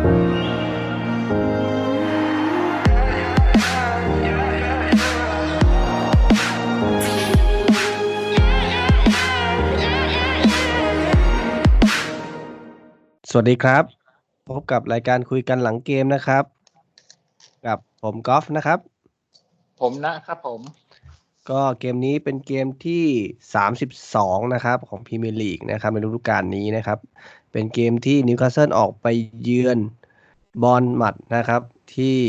สวัสดีครับพบกับรายการคุยกันหลังเกมนะครับกับผมกอล์ฟนะครับผมนะครับผมก็เกมนี้เป็นเกมที่32นะครับของพรีเมียร์ลีกนะครับในฤดูกาลนี้นะครับเป็นเกมที่นิวคาสเซิลออกไปเยือนบอร์นมัธนะครับที่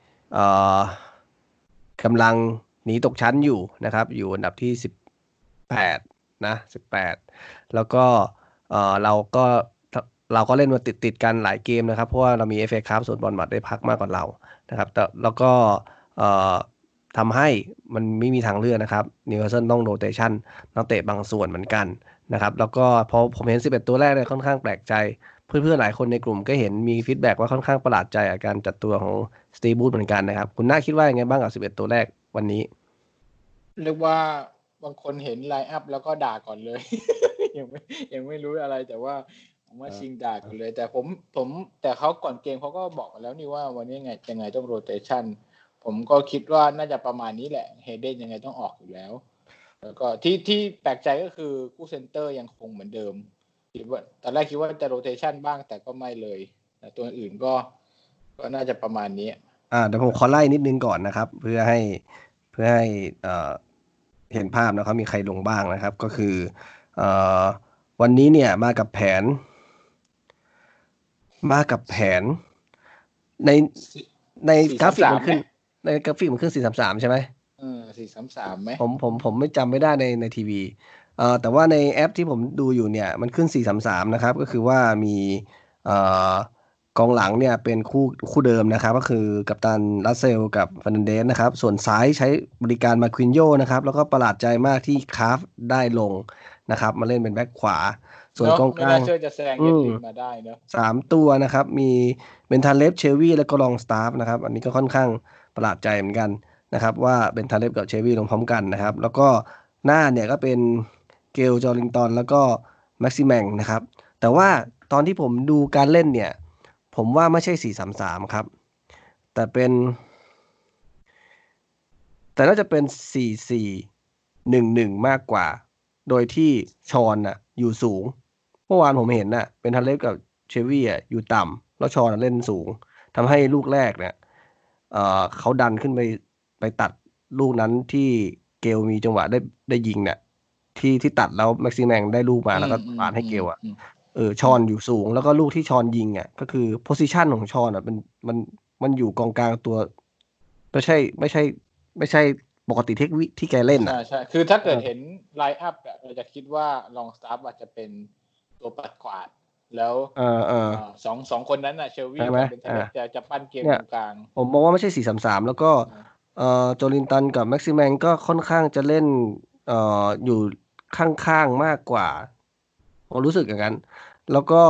กำลังหนีตกชั้นอยู่นะครับอยู่อันดับที่18นะ18แล้วก็เราก็เล่นมาติดกันหลายเกมนะครับเพราะว่าเรามี FA Cup ส่วนบอลมัดได้พักมากกว่าเรานะครับแต่แล้วก็ทำให้มันไม่มีทางเลือกนะครับนิวคาสเซิลต้องโรเตชันนักเตะบางส่วนเหมือนกันนะครับแล้วก็พอผมเห็น11ตัวแรกเนี่ยค่อนข้างแปลกใจเพื่อนๆหลายคนในกลุ่มก็เห็นมีฟีดแบ็กว่าค่อนข้างประหลาดใจกับการจัดตัวของสตีฟบูธเหมือนกันนะครับคุณน่าคิดว่ายังไงบ้างกับ11ตัวแรกวันนี้เรียกว่าบางคนเห็นไลน์อัพแล้วก็ด่าก่อนเลย ยังไม่รู้อะไรแต่ว่าผมว่าชิงด่ากันเลยแต่ผมแต่เขาก่อนเกมเขาก็บอกแล้วนี่ว่าวันนี้ยังไงต้องโรเตชันผมก็คิดว่าน่าจะประมาณนี้แหละเฮเดนยังไงต้องออกอยู่แล้วแล้วก็ที่แปลกใจก็คือคู่เซนเตอร์ยังคงเหมือนเดิมคิดว่าตอนแรกคิดว่าจะโรเตชันบ้างแต่ก็ไม่เลยแต่ตัวอื่นก็น่าจะประมาณนี้เดี๋ยวผมขอไล่นิดนึงก่อนนะครับเพื่อให้เห็นภาพนะครับมีใครลงบ้างนะครับก็คือวันนี้เนี่ยมากับแผนในกราฟิกมันขึ้น433ใช่ไหม 433ไหมผมไม่จำไม่ได้ในทีวีแต่ว่าในแอปที่ผมดูอยู่เนี่ยมันขึ้น433นะครับก็คือว่ามีกองหลังเนี่ยเป็นคู่เดิมนะครับก็คือกัปตันรัสเซลกับฟันเดนนะครับส่วนซ้ายใช้บริการมาควินโยนะครับแล้วก็ประหลาดใจมากที่คาฟได้ลงนะครับมาเล่นเป็นแบ็คขวาส่วนกองกลางจะแซงเยลินมาได้เนอะ 3ตัวนะครับมีเบนทาเลฟเชลวี่และก็ลองสตาฟนะครับอันนี้ก็ค่อนข้างประหลาดใจเหมือนกันนะครับว่าเบนทาเลฟกับเชลวี่ลงพร้อมกันนะครับแล้วก็หน้าเนี่ยก็เป็นเกลจอริงตันแล้วก็แม็กซิแมงนะครับแต่ว่าตอนที่ผมดูการเล่นเนี่ยผมว่าไม่ใช่433ครับแต่น่าจะเป็น4411มากกว่าโดยที่ชอนน่ะอยู่สูงเมื่อวานผมเห็นน่ะเป็นทันเลฟกับเชวี่อ่ะอยู่ต่ำแล้วชอนเล่นสูงทำให้ลูกแรกเนี่ยเขาดันขึ้นไปตัดลูกนั้นที่เกลมีจังหวะได้ยิงเนี่ยที่ตัดแล้วแม็กซิแมงได้ลูกมาแล้วก็ปาดให้เกลอ่ะชอนอยู่สูงแล้วก็ลูกที่ชอนยิงอ่ะก็คือโพสิชันของชอนอ่ะมันอยู่กองกลางตัวไม่ใช่ปกติที่แกเล่นอ่ะใช่คือถ้าเกิดเห็นไลน์อัพแบบเราจะคิดว่าลองสตาร์ฟอาจจะเป็นตัวปัดขวาดแล้วสองคนนั้นน่ะเชลวี่เป็นจะปั้นเกมตรงกลางผมมองว่าไม่ใช่433แล้วก็โจลินตันกับแม็กซิแมงก็ค่อนข้างจะเล่นอยู่ข้างๆมากกว่าผมรู้สึกอย่างนั้นแล้วก็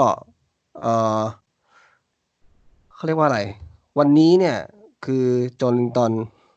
เขาเรียกว่าอะไรวันนี้เนี่ยคือโจลินตัน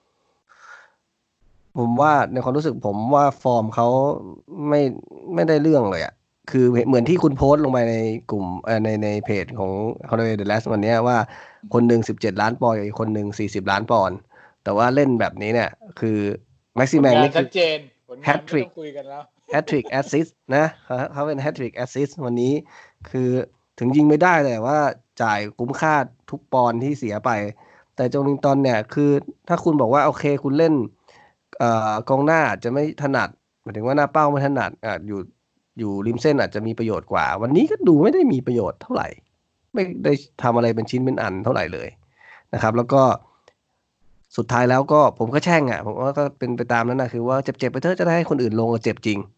ผมว่าในความรู้สึกผมว่าฟอร์มเขาไม่ได้เรื่องเลยอ่ะคือเหมือนที่คุณโพสต์ลงไปในกลุ่มในเพจของ Holiday The Last วันนี้ว่าคนหนึ่ง17 ล้านปอนด์อีกคนหนึ่ง40 ล้านปอนด์แต่ว่าเล่นแบบนี้เนี่ยคือแม็กซิแมงนี่คือแฮตทริกแอสซิสต์นะเขาเป็นแฮตทริกแอสซิสต์วันนี้คือถึงยิงไม่ได้แต่ว่าจ่ายคุ้มค่าทุกปอนด์ที่เสียไปแต่โจลิงตันเนี่ยคือถ้าคุณบอกว่าโอเคคุณเล่นกองหน้าอาจจะไม่ถนัดหมายถึงว่าหน้าเป้าไม่ถนัดอยู่ริมเส้นอาจจะมีประโยชน์กว่าวันนี้ก็ดูไม่ได้มีประโยชน์เท่าไหร่ไม่ได้ทำอะไรเป็นชิ้นเป็นอันเท่าไหร่เลยนะครับแล้วก็สุดท้ายแล้วก็ผมก็แช่งผมว่าก็เป็นไปตามนั้นนะคือว่าเจ็บไปเถอะจะได้ให้คนอื่นลงเจ็บจริง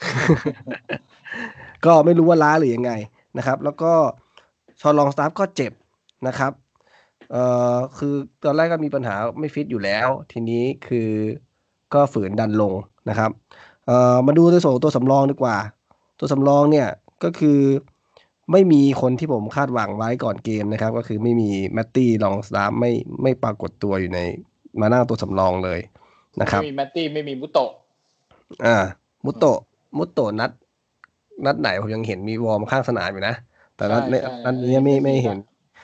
ก็ไม่รู้ว่าล้าหรือยังไงนะครับแล้วก็ชอนลองสตาฟก็เจ็บนะครับคือตอนแรกก็มีปัญหาไม่ฟิตอยู่แล้วทีนี้คือก็ฝืนดันลงนะครับมาดูในส่วนตัวสำรองดีกว่าตัวสำรองเนี่ยก็คือไม่มีคนที่ผมคาดหวังไว้ก่อนเกมนะครับก็คือไม่มีแมตตี้ลองสตาฟไม่ปรากฏตัวอยู่ในมานั่งตัวสำรองเลยนะครับไม่มีแมตตี้ไม่มีมุโตะมุโตะนัดไหนผมยังเห็นมีวอร์มข้างสนามอยู่นะแต่นัดนี้ไม่เห็น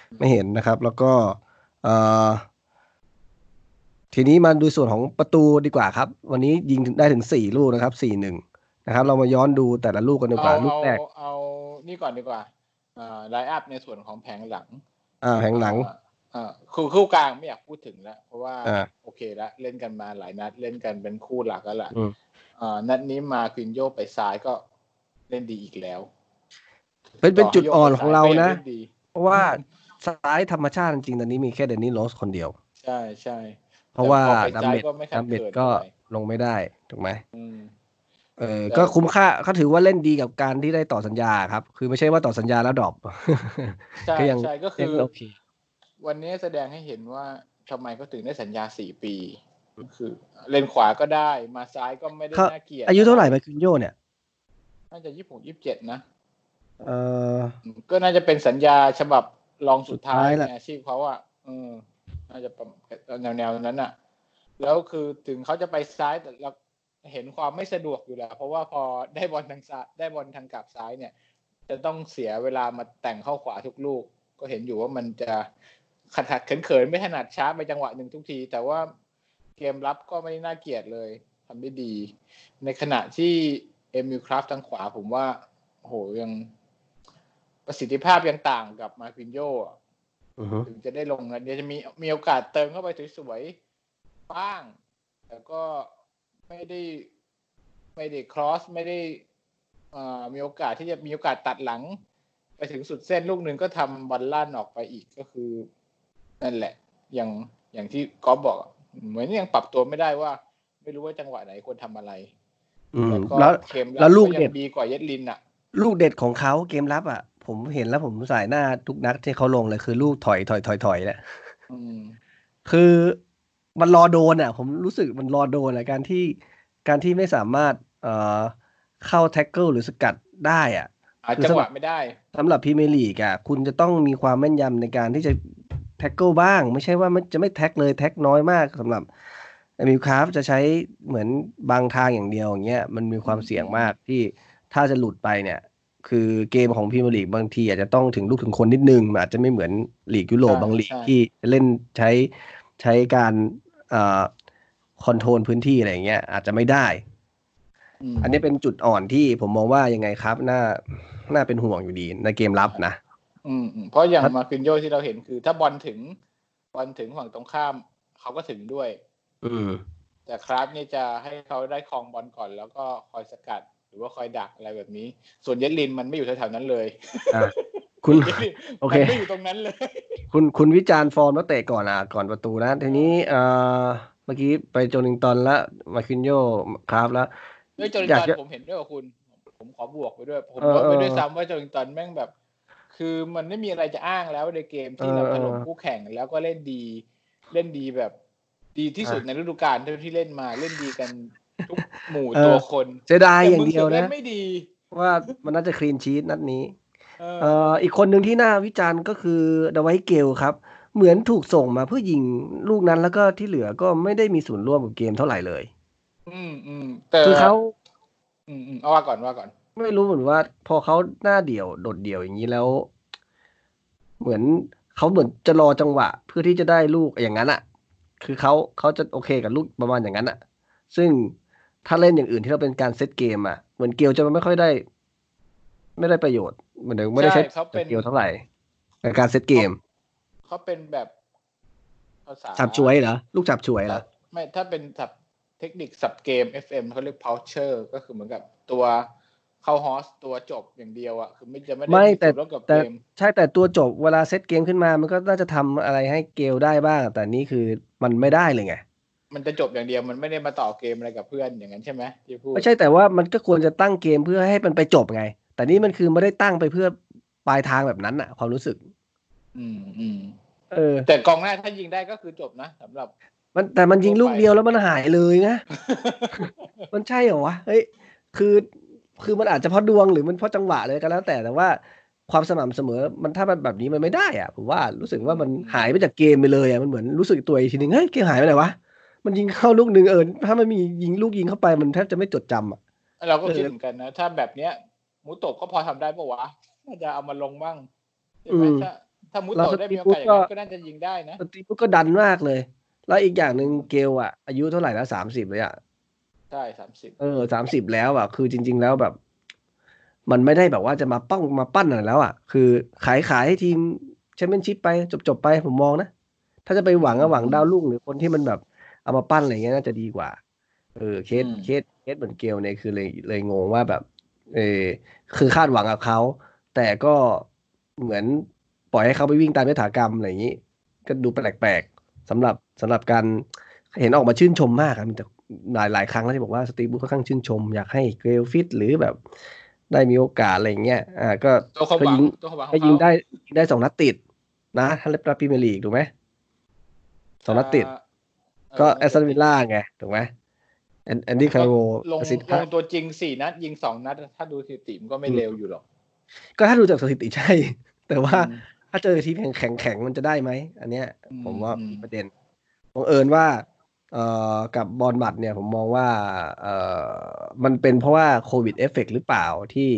ไม่เห็นนะครับ แล้วก็เอ่อทีนี้มาดูส่วนของประตูดีกว่าครับวันนี้ยิงได้ถึง4 ลูกนะครับ4-1นะครับเรามาย้อนดูแต่ละลูกกันดีกว่าลูกแรกเอานี่ก่อนดีกว่าไลน์อัพในส่วนของแผงหลังแผงหลังคู่กลางไม่อยากพูดถึงแล้วเพราะว่าอ่าโอเคแล้วเล่นกันมาหลายนัดเล่นกันเป็นคู่หลักแล้วล่ะอืมนัดนี้มาคินโยไปซ้ายก็เล่นดีอีกแล้วเป็นจุดอ่อนของเรานะเล่นดีเพราะว่าซ้ายธรรมชาติจริงๆตอนนี้มีแค่เดนนี่โรสคนเดียวใช่ใช่เพราะว่าดัมเมจก็ไม่ขัดเขินก็เท่าไหร่ลงไม่ได้ถูกไหมแต่ก็คุ้มค่าเขาถือว่าเล่นดีกับการที่ได้ต่อสัญญาครับคือไม่ใช่ว่าต่อสัญญาแล้วดรอปใช่ก็ยังใช่ก็คือโอเควันนี้แสดงให้เห็นว่าทำไมเขาถึงได้สัญญา4 ปีคือเลนขวาก็ได้มาซ้ายก็ไม่ได้น่าเกลียดอายุเท่าไหร่ไปคินโยเนี่ยน่าจะ26-27นะเออก็น่าจะเป็นสัญญาฉบับรองสุดท้ายในอาชีพเขาอ่ะน่าจะแนวนั้นอ่ะแล้วคือถึงเขาจะไปซ้ายแต่เราเห็นความไม่สะดวกอยู่แล้วเพราะว่าพอได้บอลทางซ้ายได้บอลทางกลับซ้ายเนี่ยจะต้องเสียเวลามาแต่งเข้าขวาทุกลูกก็เห็นอยู่ว่ามันจะขัดเขินไม่ถนัดช้าไปจังหวะหนึ่งทุกทีแต่ว่าเกมรับก็ไม่น่าเกลียดเลยทำได้ดีในขณะที่เอมิลคราฟทางขวาผมว่าโหยังประสิทธิภาพยังต่างกับมาร์คินโญ่ถึงจะได้ลงนะเดี๋ยวจะมีโอกาสเติมเข้าไปสวยๆบ้างแต่ก็ไม่ได้ครอสไม่ได้มีโอกาสที่จะมีโอกาสตัดหลังไปถึงสุดเส้นลูกหนึ่งก็ทำบอลลั่นออกไปอีกก็คือนั่นแหละอย่างที่ก๊อฟบอกเหมือนยังปรับตัวไม่ได้ว่าไม่รู้ว่าจังหวะไหนควรทำอะไรแล้วลูกเด็ดดีกว่าเยดลินอ่ะลูกเด็ดของเขาเกมรับอ่ะผมเห็นแล้วผมสายหน้าทุกนัดที่เขาลงเลยคือลูกถอยแหละคือมันรอโดนอ่ะผมรู้สึกมันรอโดนอ่ะการที่ไม่สามารถเข้าแท็กเกิลหรือสกัดได้อ่ะคือจังหวะไม่ได้สำหรับพรีเมียร์ลีกอ่ะคุณจะต้องมีความแม่นยำในการที่จะแท็กเกิลบ้างไม่ใช่ว่ามันจะไม่แท็กเลยแท็กน้อยมากสำหรับมิลคราฟจะใช้เหมือนบางทางอย่างเดียวอย่างเงี้ยมันมีความเสี่ยงมากที่ถ้าจะหลุดไปเนี่ยคือเกมของพรีเมียร์ลีกบางทีอาจจะต้องถึงลูกถึงคนนิดนึงอาจจะไม่เหมือนลีกยุโรปบางลีกที่เล่นใช้การคอนโทรลพื้นที่อะไรอย่างเงี้ยอาจจะไม่ได้อันนี้เป็นจุดอ่อนที่ผมมองว่ายังไงครับน่าเป็นห่วงอยู่ดีในเกมรับนะเพราะอย่างมาร์คินโญ่ที่เราเห็นคือถ้าบอลถึงฝั่งตรงข้ามเขาก็ถึงด้วยแต่คราฟนี่จะให้เขาได้ครองบอลก่อนแล้วก็คอยสกัดหรือว่าคอยดักอะไรแบบนี้ส่วนเยดลินมันไม่อยู่แถวๆนั้นเลยคุณโอเคไม่อยู่ตรงนั้นเลยคุณวิจารณ์ฟอร์มนักเตะก่อนประตูนะทีนี้เมื่อกี้ไปโจลิงตันละมาคินโยคราฟแล้วด้วยโจลิงตันผมเห็นด้วยกับคุณผมขอบวกไปด้วยผมบอกไปด้วยซ้ำว่าโจลิงตันแม่งแบบคือมันไม่มีอะไรจะอ้างแล้วในเกมที่เราถล่มคู่แข่งแล้วก็เล่นดีแบบดีที่สุดในฤดูกาลที่เล่นมาเล่นดีกันทุกหมู่ตัวคนเสียดายอย่างเดียวนะไม่ดีว่ามันน่าจะคลีนชีทนัดนี้อีกคนหนึ่งที่น่าวิจารณ์ก็คือดาไวเกลครับเหมือนถูกส่งมาเพื่อยิงลูกนั้นแล้วก็ที่เหลือก็ไม่ได้มีส่วนร่วมกับเกมเท่าไหร่เลยคือเขาเอาว่าก่อนไม่รู้เหมือนว่าพอเขาหน้าเดี่ยวโดดเดี่ยวอย่างนี้แล้วเหมือนจะรอจังหวะเพื่อที่จะได้ลูกอย่างนั้นอ่ะคือเขาจะโอเคกับลูกประมาณอย่างนั้นอ่ะซึ่งถ้าเล่นอย่างอื่นที่เราเป็นการเซตเกมอ่ะเหมือนเกลจะไม่ค่อยได้ประโยชน์เหมือนไม่ได้ใช้เกลเท่าไหร่ในการเซตเกมเขาเป็นแบบภาษาจับช่วยเหรอลูกจับช่วยเหรอไม่ถ้าเป็นศัพท์เทคนิคสับเกม FM เขาเรียก poacher ก็คือเหมือนกับตัวเข้าฮอสตัวจบอย่างเดียวอ่ะคือไม่ได้แต่ใช่แต่ตัวจบเวลาเซตเกมขึ้นมามันก็น่าจะทำอะไรให้เกลได้บ้างแต่นี่คือมันไม่ได้เลยไงมันจะจบอย่างเดียวมันไม่ได้มาต่อเกมอะไรกับเพื่อนอย่างนั้นใช่ไหมที่พูดไม่ใช่แต่ว่ามันก็ควรจะตั้งเกมเพื่อให้มันไปจบไงแต่นี่มันคือไม่ได้ตั้งไปเพื่อปลายทางแบบนั้นอะความรู้สึกแต่กองหน้าถ้ายิงได้ก็คือจบนะสำหรับแต่มันยิงลูกเดียวแล้วมันหายเลยนะมันใช่เหรอวะเฮ้ยคือมันอาจจะเพราะดวงหรือมันเพราะจังหวะเลยก็แล้วแต่ว่าความสม่ำเสมอมันถ้ามันแบบนี้มันไม่ได้อ่ะผมว่ารู้สึกว่ามันหายไปจากเกมไปเลยอ่ะมันเหมือนรู้สึกตัวอีกทีนึงเฮ้ยเกมหายไปไหนวะมันยิงเข้าลูกนึงถ้ามันมีลูกยิงเข้าไปมันแทบจะไม่จดจำอ่ะเราก็คิดเหมือนกันนะถ้าแบบเนี้ยมูโตะก็พอทำได้ปะวะน่าจะเอามาลงบ้างใช่ไหมถ้ามุดเราโตสได้ตีมีฟโอวูกาดสอย่างก็นั้นก็น่าจะยิงได้นะสตีฟ วูดก็ดันมากเลย แล้วอีกอย่างหนึ่งเกลอะอายุเท่าไหร่แล้ว30เลยอะใช่30 30แล้วอะคือจริง ๆ แล้วแบบ มันไม่ได้แบบว่าจะมาปั้นอะไรแล้วอะคือขายให้ทีมแชมเปี้ยนชิพไปจบไปผมมองนะ ถ้าจะไปหวังก็หวังดาวรุ่งหรือคนที่มันแบบเอามาปั้นอะไรเงี้ยน่าจะดีกว่า เคสเหมือนเกลเนี่ยคือเลยงงว่าแบบคือคาดหวังกับเขาแต่ก็เหมือนปล่อยให้เขาไปวิ่งตามยถากรรมอะไรอย่างนี้ ก็ดูแปลกๆสำหรับการเห็นออกมาชื่นชมมากครับมีแต่หลายครั้งแล้วที่บอกว่าสตีฟ วูดค่อนข้างชื่นชมอยากให้เกรลฟิตหรือแบบได้มีโอกาสอะไรอย่างเงี้ยก็ตัวความหวังยิงตัวความหวังขก็องยิงเขาได้2 นัดติดนะถ้าเล่นพรีเมียร์ลีกถูกไหม2 นัดติด ก็แอสตันวิลล่าไงถูกไหมแอนดี้คาร์โรลงประสิทธิภาพตัวจริง4 นัดยิง2 นัดถ้าดูสถิติมันก็ไม่เร็วอยู่หรอกก็ถ้าดูจากสถิติใช่ แต่ว่าถ้าเจอทีมแข็งมันจะได้ไหมอันเนี้ยผมว่ามีประเด็นบังเอิญว่ากับบอลมัดเนี่ยผมมองว่ามันเป็นเพราะว่าโควิดเอฟเฟกต์หรือเปล่าที่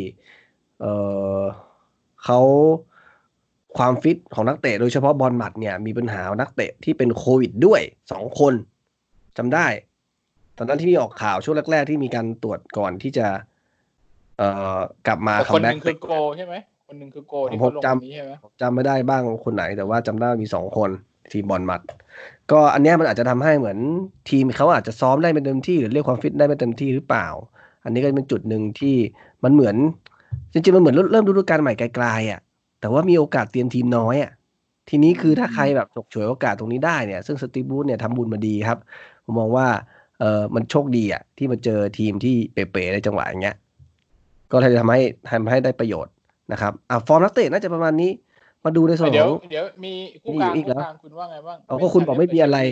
เขาความฟิตของนักเตะโดยเฉพาะบอลมัดเนี่ยมีปัญหานักเตะที่เป็นโควิดด้วย2 คนจำได้ตอนนั้นที่มีออกข่าวช่วงแรกๆที่มีการตรวจก่อนที่จะกลับมาคัมแบ็กคนหนึ่งคือโกใช่ไหมคนหนึ่งคือโกที่เขาลงนี้ใช่ไหมผมจำไม่ได้บ้างคนไหนแต่ว่าจำได้มี2 คนทีมบอลมัดก็อันเนี้ยมันอาจจะทำให้เหมือนทีมเขาอาจจะซ้อมได้ไม่เต็มที่หรือเรียกความฟิตได้ไม่เต็มที่หรือเปล่า อันนี้ก็เป็นจุดหนึ่งที่มันเหมือนจริงๆมันเหมือนเริ่มฤดูกาลใหม่ไกลๆอ่ะแต่ว่ามีโอกาสเตรียมทีมน้อยอ่ะทีนี้คือถ้าใครแบบฉกฉวยโอกาสตรงนี้ได้เนี่ยซึ่งสตีฟ วูดเนี่ยทำบุญมาดีครับผมมองว่ามันโชคดีอ่ะที่มาเจอทีมที่เป๋ๆในจังหวะอย่างเงี้ยก็เลยทำให้ได้ประโยชน์นะครับฟอร์มนักเตะน่าจะประมาณนี้มาดูในส่วนของเดี๋ยวมีคู่กลางคุณว่าไงบ้างก็คุณบอกไม่มีอะไร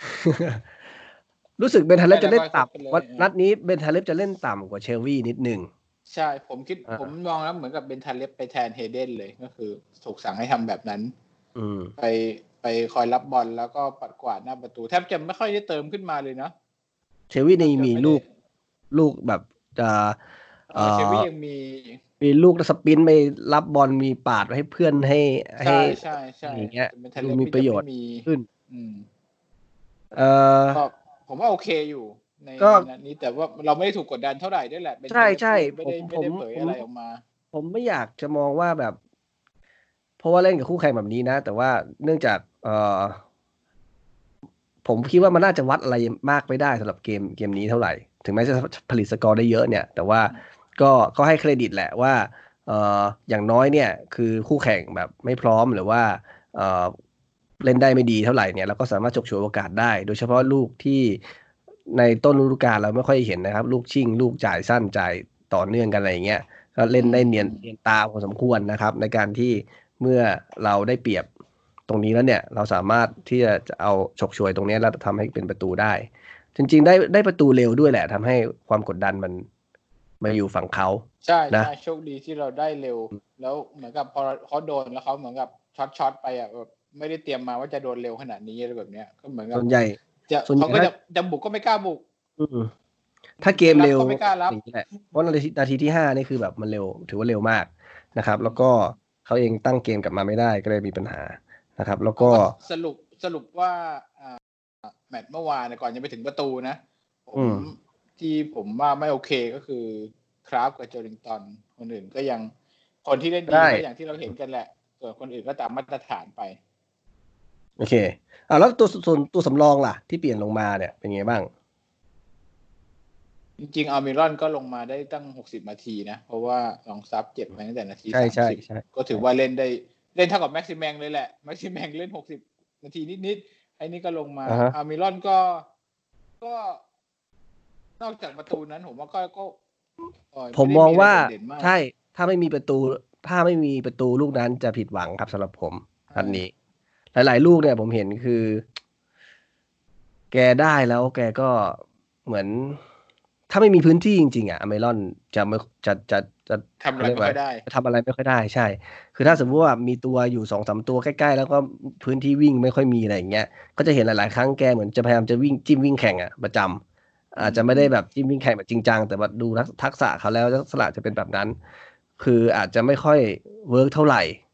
รู้สึกเบนทาเลฟจะเล่นต่ำว่านัดนี้เบนทาเลฟจะเล่นต่ำกว่าเชลวี่นิดนึงใช่ผมมองแล้วเหมือนกับเบนทาเลฟไปแทนเฮเดนเลยก็คือถูกสั่งให้ทำแบบนั้นไปคอยรับบอลแล้วก็ปัดกวาดหน้าประตูแทบจะไม่ค่อยได้เติมขึ้นมาเลยนะเชลวี่นี่มีลูกแบบจะเชลวี่ยังมีลูกสปินไปรับบอลมีปาดให้เพื่อนให้ใช่อย่างเงี้ยดูมีประโยชน์ขึ้นผมว่าโอเคอยู่ในนัดนี้แต่ว่าเราไม่ได้ถูกกดดันเท่าไหร่ด้วยแหละใช่ไม่ได้เผยอะไรออกมาผมไม่อยากจะมองว่าแบบเพราะว่าเล่นกับคู่แข่งแบบนี้นะแต่ว่าเนื่องจากผมคิดว่ามันน่าจะวัดอะไรมากไม่ได้สำหรับเกมนี้เท่าไหร่ถึงแม้จะผลิตสกอร์ได้เยอะเนี่ยแต่ว่าก็ให้เครดิตแหละว่าอย่างน้อยเนี่ยคือคู่แข่งแบบไม่พร้อมหรือว่าเล่นได้ไม่ดีเท่าไหร่เนี่ยเราก็สามารถฉกฉวยโอกาสได้โดยเฉพาะลูกที่ในต้นฤดูกาลเราไม่ค่อยเห็นนะครับลูกชิ่งลูกจ่ายสั้นจ่ายต่อเนื่องกันอะไรอย่างเงี้ยก็เล่นได้เนียนตาพอสมควรนะครับในการที่เมื่อเราได้เปรียบตรงนี้แล้วเนี่ยเราสามารถที่จะเอาฉกฉวยตรงนี้แล้วทำให้เป็นประตูได้จริงๆได้ประตูเร็วด้วยแหละทำให้ความกดดันมันมาอยู่ฝั่งเขาใช่นะโชคดีที่เราได้เร็วแล้วเหมือนกับพอเขาโดนแล้วเขาเหมือนกับช็อตไปอ่ะแบบไม่ได้เตรียมมาว่าจะโดนเร็วขนาดนี้อะไรแบบเนี้ยก็เหมือนกับส่วนใหญ่เขาก็จะบุกก็ไม่กล้าบุกถ้าเกมเร็วก็ไม่กล้ารับอย่างนี้แหละเพราะนาทีที่5นี่คือแบบมันเร็วถือว่าเร็วมากนะครับแล้วก็เขาเองตั้งเกมกลับมาไม่ได้ก็เลยมีปัญหานะครับแล้วก็สรุปว่าแมตช์เมื่อวานก่อนจะไปถึงประตูนะผมว่าไม่โอเคก็คือคราฟกับโจลิงตันคนอื่นก็ยังคนที่เล่นดีก็อย่างที่เราเห็นกันแหละส่วนคนอื่นก็ตามมาตรฐานไปโอเคแล้วตัวสำรองล่ะที่เปลี่ยนลงมาเนี่ยเป็นไงบ้างจริงๆอัลมิรอนก็ลงมาได้ตั้ง60 นาทีนะเพราะว่าลองซับเจ็บไปตั้งแต่นาที30ก็ถือว่าเล่นเท่ากับแม็กซิแมงเลยแหละแม็กซิแมงเล่น60 นาทีนิดๆไอ้นี่ก็ลงมาอัลมิรอนก็นอกจากประตูนั้นผมว่าก็ผมมองว่าใช่ถ้าไม่มีประตูลูกนั้นจะผิดหวังครับสำหรับผมอันนี้หลายๆลูกเนี่ยผมเห็นคือแกได้แล้วแกก็เหมือนถ้าไม่มีพื้นที่จริงๆอเมรอนจะทำอะไรไม่ค่อยได้ใช่คือถ้าสมมติว่ามีตัวอยู่ 2-3 ตัวใกล้ๆแล้วก็พื้นที่วิ่งไม่ค่อยมีอะไรอย่างเงี้ยก็จะเห็นหลายๆครั้งแกเหมือนจะพยายามจะวิ่งแข่งประจำอาจจะไม่ได้แบบจิ้มวิ่งแข่งแบบจริงจังแต่ว่าดูทักษะเขาแล้วลักษณะจะเป็นแบบนั้นคืออาจจะไม่ค่อยเวิร์กเท่าไหร่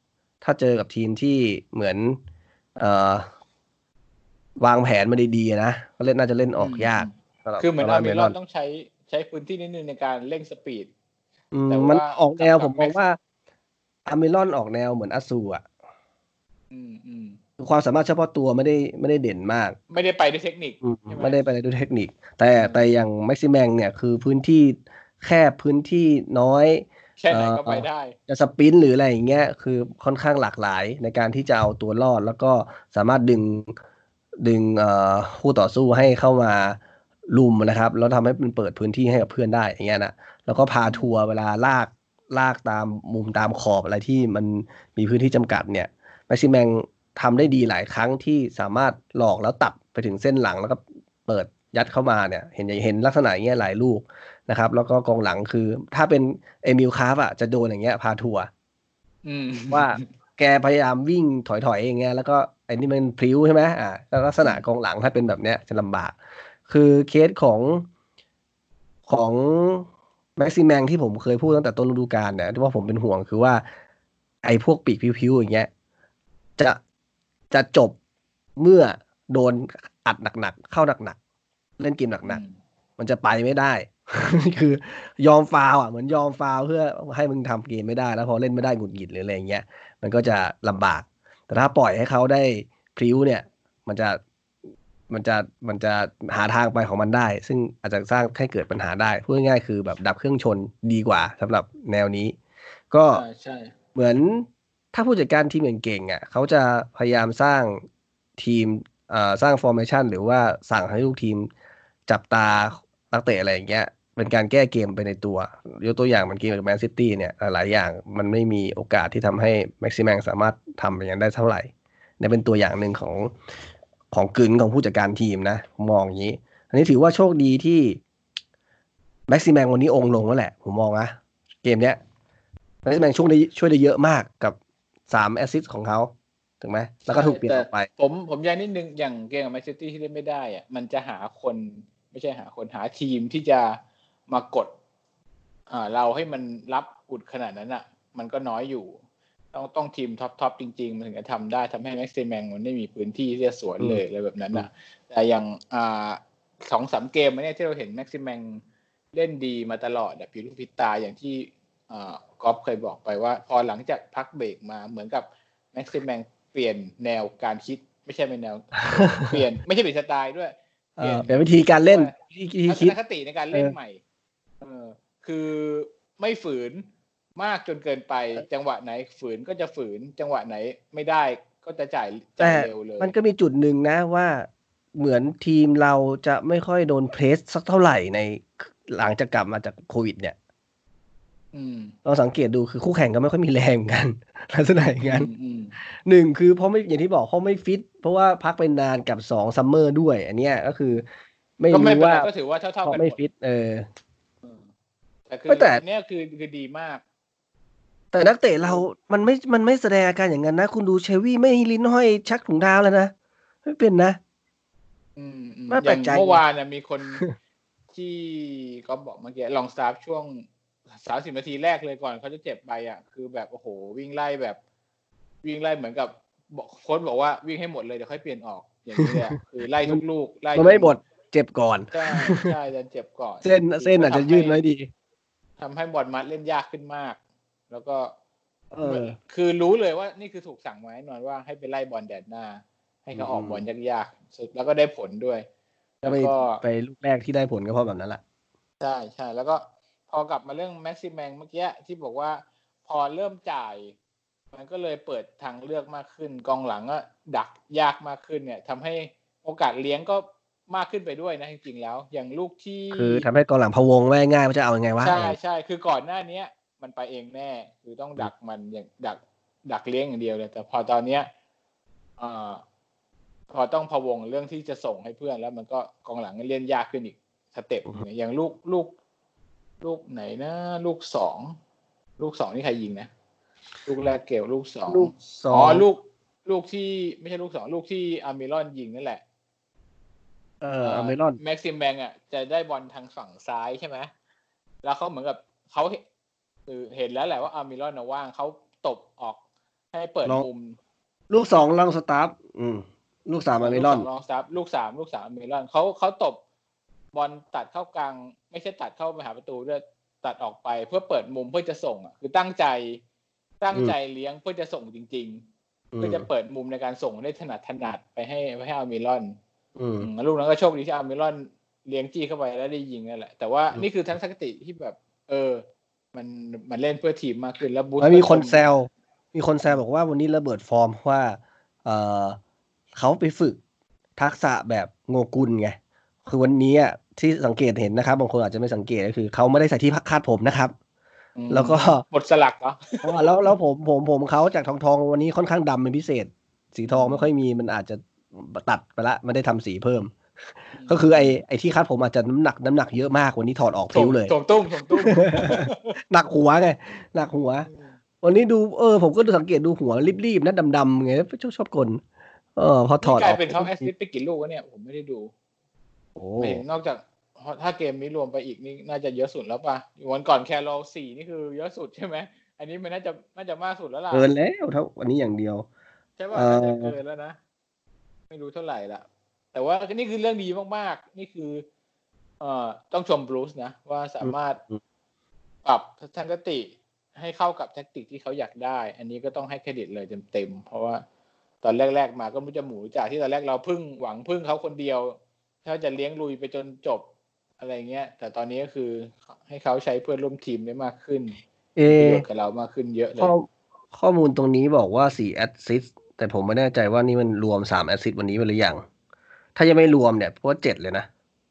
ถ้าเจอกับทีมที่เหมือนเอ่อวางแผนมาดีๆนะก็น่าจะเล่นออกยากสำหรับคือเหมือนอาร์เมลเมลอนอนต้องใช้พื้นที่นิดนึงในการเร่งสปีดแต่มันว่าออกแนวกับแม็กซ์ผมมองว่าอาร์เมลอนออกแนวเหมือนอาซูอ่ะอืมความสามารถเฉพาะตัวไม่ได้เด่นมากไม่ได้ไปด้วยเทคนิคใช่ไหมไม่ได้ไปด้วยเทคนิคแต่อย่างแม็กซิแมงเนี่ยคือพื้นที่แคบพื้นที่น้อยแค่เอ่ไหนก็ไปอได้จะสปรินต์หรืออะไรอย่างเงี้ยคือค่อนข้างหลากหลายในการที่จะเอาตัวรอดแล้วก็สามารถดึงคู่ต่อสู้ให้เข้ามาลุมนะครับแล้วทำให้มันเปิดพื้นที่ให้กับเพื่อนได้อย่างเงี้ยนะแล้วก็พาทัวร์เวลาลากตามมุมตามขอบอะไรที่มันมีพื้นที่จำกัดเนี่ยแม็กซิแมงทำได้ดีหลายครั้งที่สามารถหลอกแล้วตัดไปถึงเส้นหลังแล้วก็เปิดยัดเข้ามาเนี่ยเห็นลักษณะอย่างเงี้ยหลายลูกนะครับแล้วก็กองหลังคือถ้าเป็นเอมิลคาร์ฟอ่ะจะโดนอย่างเงี้ยพาทัวร์ว่าแกพยายามวิ่งถอยอย่างเงี้ยแล้วก็ไอ้นี่มันพลิ้วใช่ไหมก็ลักษณะกองหลังถ้าเป็นแบบเนี้ยจะลำบากคือเคสของแม็กซิแมงที่ผมเคยพูดตั้งแต่ต้นฤดูกาลเนี่ยที่ว่าผมเป็นห่วงคือว่าไอ้พวกปีกพิ้วๆอย่างเงี้ยจะจะจบเมื่อโดนอัดหนักๆเข้าหนักๆเล่นเกมหนักๆมันจะไปไม่ได้ คือยอมฟาวเหมือนยอมฟาวเพื่อให้มึงทำเกมไม่ได้แล้วพอเล่นไม่ได้หงุดหงิดหรืออะไรอย่างเงี้ยมันก็จะลำบากแต่ถ้าปล่อยให้เขาได้พลิ้วเนี่ยมันจะมันจะมันจะหาทางไปของมันได้ ซึ่งอาจจะสร้างให้เกิดปัญหาได้พูดง่ายๆคือแบบดับเครื่องชนดีกว่าสำหรับแนวนี้ก็ใช่เหมือนถ้าผู้จัดการทีมเก่งๆเขาจะพยายามสร้างทีมสร้างฟอร์เมชันหรือว่าสั่งให้ลูกทีมจับตานักเตะอะไรอย่างเงี้ยเป็นการแก้เกมไปในตัวยกตัวอย่างมันเกมกับแมนซิตี้เนี่ยหลายๆอย่างมันไม่มีโอกาสที่ทำให้แม็กซิแมงสามารถทำอย่างนั้นได้เท่าไหร่เนี่ยเป็นตัวอย่างหนึ่งของกึนของผู้จัดการทีมนะผมมองอย่างนี้อันนี้ถือว่าโชคดีที่แม็กซิแมงวันนี้องค์ลงแล้วแหละผมมองนะเกมเนี้ยแม็กซิแมงช่วยได้เยอะมากกับ3 แอสซิสต์ของเขาถูกไหมแล้วก็ถูกเปลี่ยนแต่ออกไปผมย้ายนิดนึงอย่างเกมกับแมนซิตี้ที่เล่นไม่ได้อะมันจะหาคนไม่ใช่หาคนหาทีมที่จะมากดเราให้มันรับอุดขนาดนั้นอ่ะมันก็น้อยอยู่ต้องทีมท็อปจริงๆมันถึงจะทำได้ทำให้แม็กซิแมงมันไม่มีพื้นที่ที่จะสวนเลยอะไรแบบนั้นอ่ะแต่อย่าง2-3 เกมเนี่ยที่เราเห็นแม็กซิแมงเล่นดีมาตลอดผิวลูกพิตาอย่างที่ก๊อฟเคยบอกไปว่าพอหลังจากพักเบรกมาเหมือนกับแม็กซิแมงเปลี่ยนแนวการคิดไม่ใช่เป็นแนวเปลี่ยนไม่ใช่เป็นสไตล์ด้วยเปลี่ยนเป็นวิธีการเล่นวิธีทัศคิดนคติในการเล่นใหม่คือไม่ฝืนมากจนเกินไปจังหวะไหนฝืนก็จะฝืนจังหวะไหนไม่ได้ก็จะจ่ายเร็วเลยมันก็มีจุดหนึ่งนะว่าเหมือนทีมเราจะไม่ค่อยโดนเพรสสักเท่าไหร่ในหลังจากกลับมาจากโควิดเนี่ยเราสังเกตดูคือคู่แข่งก็ไม่ค่อยมีแรงกันลักษณะอย่างนั้นหนึ่งคือเพราะไม่อย่างที่บอกเพราะไม่ฟิตเพราะว่าพักไปนานกับ2 ซัมเมอร์ด้วยอันเนี้ยก็คือไม่ก็ไม่รู้ว่าเป็นไรก็ถือว่าเท่าเพราะกันหมดไม่ฟิตแต่คือแต่อันนี้คือดีมากแต่นักเตะเรามันไม่แสดงอาการอย่างนั้นนะคุณดูเชวี่ไม่ลิ้นห้อยชักถุงเท้าแล้วนะไม่เป็นนะน่าอย่างแปลกใจเมื่อวานมีคนที่ก็บอกเมื่อกี้ลองสตาร์ทช่วง30 นาทีแรกเลยก่อนเขาจะเจ็บไปคือแบบโอ้โหวิ่งไล่แบบวิ่งไล่เหมือนกับโค้ชบอกว่าวิ่งให้หมดเลยเดี๋ยวค่อยเปลี่ยนออกอย่างนี้เลยคือไล่ทุกลูกไล่มันไม่หมดเจ็บก่อนใช่จะเจ็บก่อนเส้นอาจจะยืดไว้ดีทำให้บอลมัดเล่นยากขึ้นมากแล้วก็คือรู้เลยว่านี่คือถูกสั่งไว้แน่นอนว่าให้ไปไล่บอลแดดหน้าให้เขาออกบอลยากๆแล้วก็ได้ผลด้วยแล้วก็ไปลูกแรกที่ได้ผลก็เพราะแบบนั้นแหละใช่แล้วก็พอกลับมาเรื่องแม็กซิแมงเมื่อกี้ที่บอกว่าพอเริ่มจ่ายมันก็เลยเปิดทางเลือกมากขึ้นกองหลังก็ดักยากมากขึ้นเนี่ยทำให้โอกาสเลี้ยงก็มากขึ้นไปด้วยนะจริงๆแล้วอย่างลูกที่คือทำให้กองหลังพะวงง่ายว่าจะเอายังไงวะใช่คือก่อนหน้านี้มันไปเองแน่คือต้องดักมันอย่างดักเลี้ยงอย่างเดียวเลยแต่พอตอนเนี้ยพอต้องพะวงเรื่องที่จะส่งให้เพื่อนแล้วมันก็กองหลังเล่นยากขึ้นอีกสเต็ปอย่างลูกไหนนะลูกสองนี่ใครยิงนะลูกแรกเกลลูกสองลูกที่ไม่ใช่ลูกสองลูกที่อาร์เมลอนยิงนั่นแหละอาร์เมลอนแม็กซิมแบงจะได้บอลทางฝั่งซ้ายใช่ไหมแล้วเขาเหมือนกับเขาคือเห็นแล้วแหละว่าอาร์เมลอนว่างเขาตบออกให้เปิดลองมุมลูก2ลองสตาร์ฟลูก3อเมรอนลูก 2ลองสตาร์ฟลูก3อเมรอนเขาตบบอลตัดเข้ากลางไม่ใช่ตัดเข้าไปหาประตูด้วยตัดออกไปเพื่อเปิดมุมเพื่อจะส่งอ่ะคือตั้งใจเลี้ยงเพื่อจะส่งจริงๆเพื่อจะเปิดมุมในการส่งได้ถนัดไปให้อาร์เมรอนลูกนั้นก็โชคดีที่อาร์เมรอนเลี้ยงจี้เข้าไปแล้วได้ยิงนั่นแหละแต่ว่านี่คือทัศนคติที่แบบมันเล่นเพื่อทีมมากขึ้นแล้วบูสต์มีคนแซวบอกว่าวันนี้ระเบิดฟอร์มว่าเขาไปฝึกทักษะแบบโงกุลไงคือวันนี้ที่สังเกตเห็นนะครับบางคนอาจจะไม่สังเกตก็คือเขาไม่ได้ใส่ที่คาดผมนะครับแล้วก็หมดสลักเหรอแล้วผมเขาจากทองวันนี้ค่อนข้างดำเป็นพิเศษสีทองไม่ค่อยมีมันอาจจะตัดไปละไม่ได้ทำสีเพิ่มก็คือไอ้ที่คาดผมอาจจะน้ำหนักเยอะมากวันนี้ถอดออกทิ้วเลยถงตุ้มหนักหัวไงหนักหัววันนี้ดูผมก็สังเกตดูหัวรีบๆนะดำๆไงชอบกลพอถอดออกกลายเป็นเขาแอสซิสต์ไปกี่ลูกวะเนี่ยผมไม่ได้ดูไม่เห็นนอกจากถ้าเกมนี้รวมไปอีกนี่น่าจะเยอะสุดแล้วป่ะวันก่อนแคโร4นี่คือเยอะสุดใช่ไหมอันนี้มันน่าจะมากสุดแล้วล่ะเกินแล้วเท่าวันนี้อย่างเดียวใช่ป่ะน่าจะเกินแล้วนะไม่รู้เท่าไหร่ละแต่ว่านี่คือเรื่องดีมากๆนี่คือต้องชมบรูซนะว่าสามารถปรับทัศนคติให้เข้ากับแทคติกที่เขาอยากได้อันนี้ก็ต้องให้เครดิตเลยเต็มๆเพราะว่าตอนแรกๆมาก็ไม่จะหมูจากที่ตอนแรกเราหวังพึ่งเขาคนเดียวเขาจะเลี้ยงลุยไปจนจบอะไรเงี้ยแต่ตอนนี้ก็คือให้เขาใช้เพื่อนร่วมทีมได้มากขึ้นประโยชน์กับเรามากขึ้นเยอะเลยข้อมูลตรงนี้บอกว่า4แอสซิสต์แต่ผมไม่แน่ใจว่านี่มันรวม3แอสซิสต์วันนี้ไปหรือยังถ้ายังไม่รวมเนี่ยเพราะว่า7เลยนะ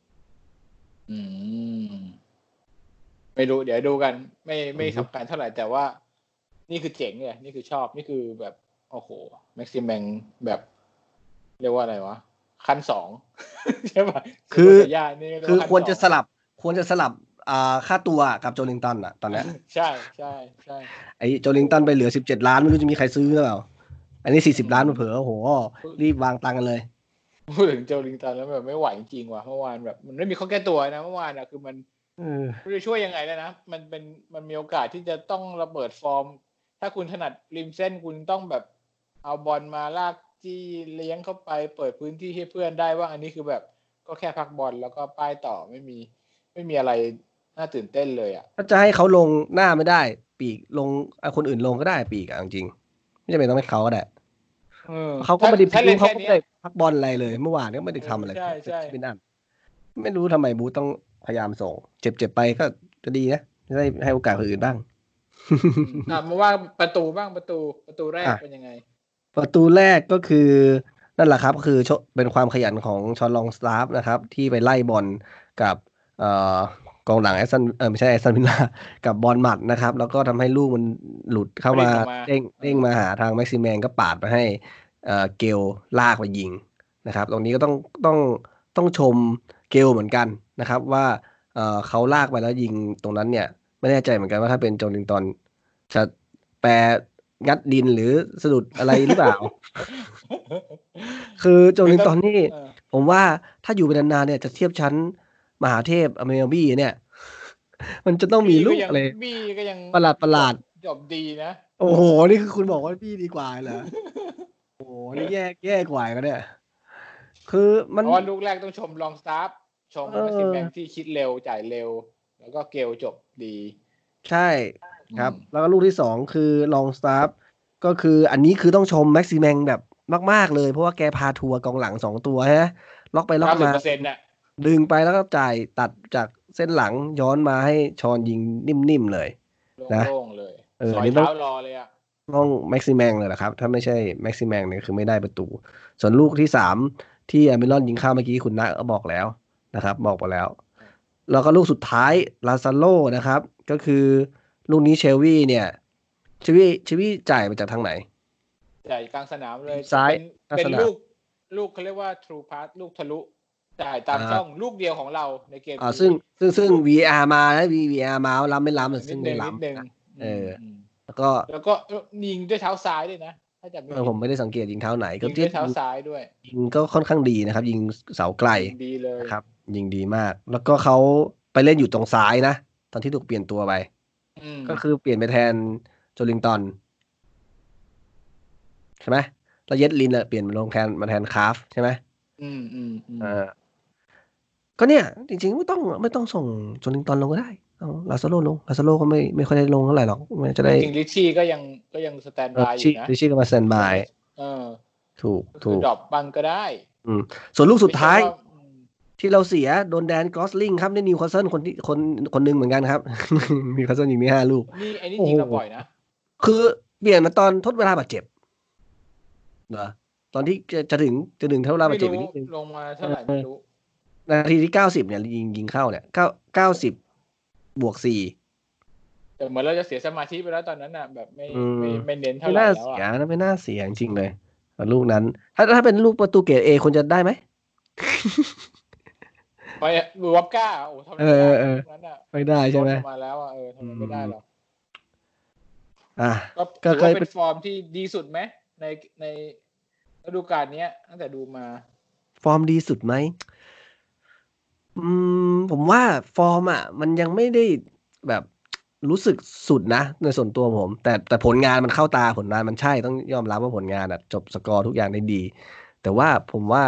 ไม่รู้เดี๋ยวดูกันไม่สำคัญเท่าไหร่แต่ว่านี่คือเจ๋งเลยนี่คือชอบนี่คือแบบโอ้โหแม็กซิแมงแบบเรียกว่าอะไรวะขั้น2ใช่ป่ะคือควรจะสลับค่าตัวกับโจลิงตันอ่ะตอนนี้ใช่ไอ้โจลิงตันไปเหลือ17ล้านไม่รู้จะมีใครซื้อหรือเปล่าอันนี้40ล้านมาเผลอโอ้โหรีบวางตังค์กันเลยพูดถึงโจลิงตันแล้วแบบไม่ไหวจริงว่ะเมื่อวานแบบมันไม่มีข้อแก้ตัวนะเมื่อวานอ่ะคือมันไม่รู้ช่วยยังไงแล้วนะมันมีโอกาสที่จะต้องระเบิดฟอร์มถ้าคุณถนัดริมเส้นคุณต้องแบบเอาบอลมาลากจี้เลี้ยงเข้าไปเปิดพื้นที่ให้เพื่อนได้ว่าอันนี้คือแบบก็แค่พักบอลแล้วก็ป้ายต่อไม่มีอะไรน่าตื่นเต้นเลยอ่ะถ้าจะให้เขาลงหน้าไม่ได้ปีกลงคนอื่นลงก็ได้ปีกจริงไม่จำเป็นต้องให้เขาก็ได้เขาก็ไม่ได้เขาก็ไม่ได้พักบอลอะไรเลยเมื่อวานก็ไม่ได้ทำอะไรใช่เป็นอันไม่รู้ทำไมบูต้องพยายามส่งเจ็บไปก็ดีนะได้ให้โอกาสคนอื่นบ้างมาว่าประตูบ้างประตูแรกเป็นยังไงประตูแรกก็คือนั่นแหละครับคือเป็นความขยันของชอนลองสตาฟนะครับที่ไปไล่บอลกับกองหลังไม่ใช่แอสตันวิลล่ากับบอลหมัดนะครับแล้วก็ทำให้ลูกมันหลุดเข้ามาเด้งมาหาทางแม็กซิแมนก็ปาดไปให้เกลลากไปยิงนะครับตรงนี้ก็ต้องชมเกลเหมือนกันนะครับว่าเขาลากไปแล้วยิงตรงนั้นเนี่ยไม่แน่ใจเหมือนกันว่าถ้าเป็นโจลิงตันจะแปรงัดดินหรือสะดุดอะไรหรือเปล่า คือโจลิงตันนี่ผมว่าถ้าอยู่ไปนานๆเนี่ยจะเทียบชั้นมหาเทพอเมลบี้เนี่ยมันจะต้องมีลูกอะไรบี้ก็ยังประหลาดจบดีนะโอ้โหนี่คือคุณบอกว่าบี้ดีกว่าเหรอโอ้โหนี่แย่กว่าก็เนี่ยคือมันลูกแรกต้องชมลองสตาร์ฟชมแม็กซิแมงที่คิดเร็วจ่ายเร็วแล้วก็เกลจบดีใช่ครับแล้วก็ลูกที่2คือลองสตาร์ฟก็คืออันนี้คือต้องชมแม็กซิแมงแบบมากๆเลยเพราะว่าแกพาทัวร์กองหลัง2ตัวฮะล็อกไปล็อกมาดึงไปแล้วก็จ่ายตัดจากเส้นหลังย้อนมาให้ชอนยิงนิ่มๆเลยนะโล่งๆเลยสอยเท้ารอเลยอ่ะต้องแม็กซิแมงเลยนะครับถ้าไม่ใช่แม็กซิแมงเนี่ยคือไม่ได้ประตูส่วนลูกที่3ที่อเมรอนยิงเข้าเมื่อกี้คุณนะก็บอกแล้วนะครับบอกไปแล้วแล้วก็ลูกสุดท้ายลาซาโลนะครับก็คือลูกนี้เชลวี่เนี่ยเชลวี่จ่ายมาจากทางไหนจ่ายกลางสนามเลยซ้ายเป็นลูกเขาเรียกว่า true pass ลูกทะลุจ่ายตามช่องลูกเดียวของเราในเกมนี้ซึ่ง VR มานะ VR มาล้ำไม่ล้ำซึ่งไม่ล้ำแล้วก็ยิงด้วยเท้าซ้ายด้วยนะถ้าจำไม่ผิดผมไม่ได้สังเกตยิงเท้าไหนก็ยิงด้วยเท้าซ้ายด้วยยิงก็ค่อนข้างดีนะครับยิงเสาไกลดีเลยครับยิงดีมากแล้วก็เขาไปเล่นอยู่ตรงซ้ายนะตอนที่ถูกเปลี่ยนตัวไปก็คือเปลี่ยนไปแทนโจลิงตันใช่ไหมแล้วเย็ดลินเปลี่ยนมาแทนคาฟใช่ไหมเออก็เนี่ยจริงๆไม่ต้องส่งโจลิงตันลงก็ได้เอาลาซาโลลงลาซาโลก็ไม่ค่อยได้ลงเท่าไหร่หรอกมันจะได้จริงๆลิชชี่ก็ยังสแตนบายอยู่นะลิชี่ก็มาแซนบายเออถูกก็คือดรอปบ้างก็ได้ส่วนลูกสุดท้ายไม่ใช่ว่าที่เราเสียโดนแดนกรอสลิงครับในนิวคาสเซิลคนหนึ่งเหมือนกันครับ นิวคาสเซิลยิงมี5 ลูกนี่ไอ้นี่โอ้โหยิงเราบ่อยนะคือเปลี่ยนมาตอนทดเวลาบาดเจ็บเหรอตอนที่จะถึงทดเวลาบาไม่ดเจ็บอีรู้กนิดนึงลงมาเท่าไหร่ไม่รู้นาทีที่90เนี่ยยิงเข้าเนี่ย90+4 แต่เหมือนเราจะเสียสมาธิไปแล้วตอนนั้นน่ะแบบไม่เน้นเท่าไม่ไหร่น่าแล้วเสียอ่ะนะไม่น่าเสียจริงๆเลยลูกนั้นถ้าเป็นลูกประตูเกรด A ควรจะได้ไหมไปบูวับก้าโอ้ทำไมไม่ได้ลูกนั้นอ่ะไม่ได้ใช่ไหมมาแล้วอ่ะทำไมไม่ได้หรอกก็ถือว่าเป็นฟอร์มที่ดีสุดไหมในฤดูกาลนี้ตั้งแต่ดูมาฟอร์มดีสุดไหมผมว่าฟอร์มมันยังไม่ได้แบบรู้สึกสุดนะในส่วนตัวผม แต่ผลงานมันเข้าตาผลงานมันใช่ต้องยอมรับว่าผลงานจบสกอร์ทุกอย่างได้ดี แต่ว่าผมว่า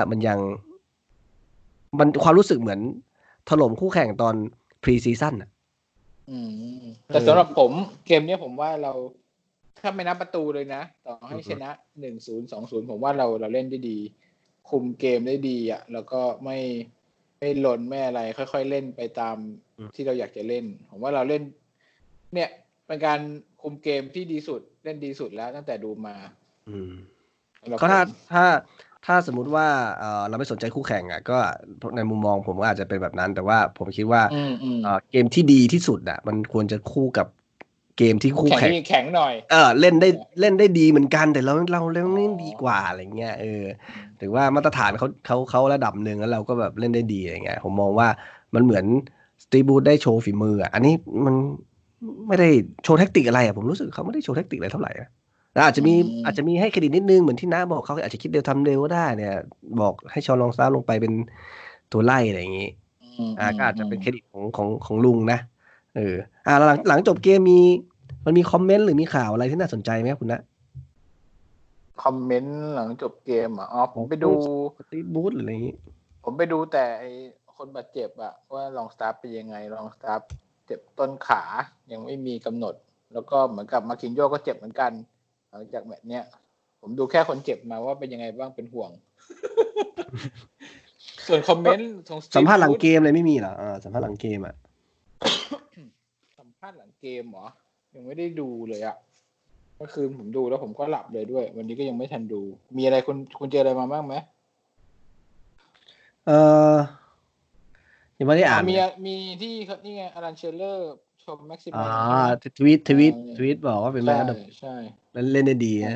มันความรู้สึกเหมือนถล่มคู่แข่งตอนพรีซีซั่นแต่สำหรับผมเกมนี้ผมว่าเราถ้าไม่นับประตูเลยนะต่อให้ชนะ 1-0 2-0 ผมว่าเราเล่นได้ดีคุมเกมได้ดีอ่ะแล้วก็ไม่หล่นไม่อะไรค่อยๆเล่นไปตามที่เราอยากจะเล่นผมว่าเราเล่นเนี่ยเป็นการคุมเกมที่ดีสุดเล่นดีสุดแล้วตั้งแต่ดูมาก็ถ้าสมมุติว่าเราไม่สนใจคู่แข่งก็ในมุมมองผมก็อาจจะเป็นแบบนั้น แต่ว่าผมคิดว่าเกมที่ดีที่สุดมันควรจะคู่กับเกมที่คู่แข่งแข็งหน่อยเล่นได้ดีเหมือนกันแต่เราเล่นดีกว่าอะไรเงี้ยถือว่ามาตรฐานเขาระดับหนึ่งแล้วเราก็แบบเล่นได้ดีอะไรเงี้ยผมมองว่ามันเหมือนสตีบูธได้โชว์ฝีมืออันนี้มันไม่ได้โชว์แท็กติกอะไรผมรู้สึกเขาไม่ได้โชว์แท็กติกอะไรเท่าไหร่อาจจะมีให้เครดิตนิดนึงเหมือนที่น้าบอกเขาอาจจะคิดเร็วทำเร็วก็ได้เนี่ยบอกให้ชอลองซาลงไปเป็นตัวไล่อะไรอย่างนี้ก็อาจจะเป็นเครดิตของลุงนะหลังจบเกมมันมีคอมเมนต์หรือมีข่าวอะไรที่น่าสนใจไหมคุณนะคอมเมนต์หลังจบเกมผมไปดูสตีบูธหรืออะไรอย่างนี้ผมไปดูแต่ไอคนบาดเจ็บว่าลองสตาร์เป็นยังไงลองสตาร์เจ็บต้นขายังไม่มีกำหนดแล้วก็เหมือนกับมาคินโยก็เจ็บเหมือนกันหลังจากแมตช์เนี้ยผมดูแค่คนเจ็บมาว่าเป็นยังไงบ้างเป็นห่วง ส่วนคอมเมนต์ของสัมภาษณ์หลังเกมอะไรไม่มีเหรอสัมภาษณ์หลังเกมสัมภาษณ์หลังเกมเหรอยังไม่ได้ดูเลยเมื่อคืนผมดูแล้วผมก็หลับเลยด้วยวันนี้ก็ยังไม่ทันดูมีอะไรคุณเจออะไรมาบ้างไหมยังไม่ได้อ่านมีที่นี่ไงอารันเชลเลอร์ชมแม็กซิแมนทวีตบอกว่าเป็นแมนใช่เล่นได้ดีนะ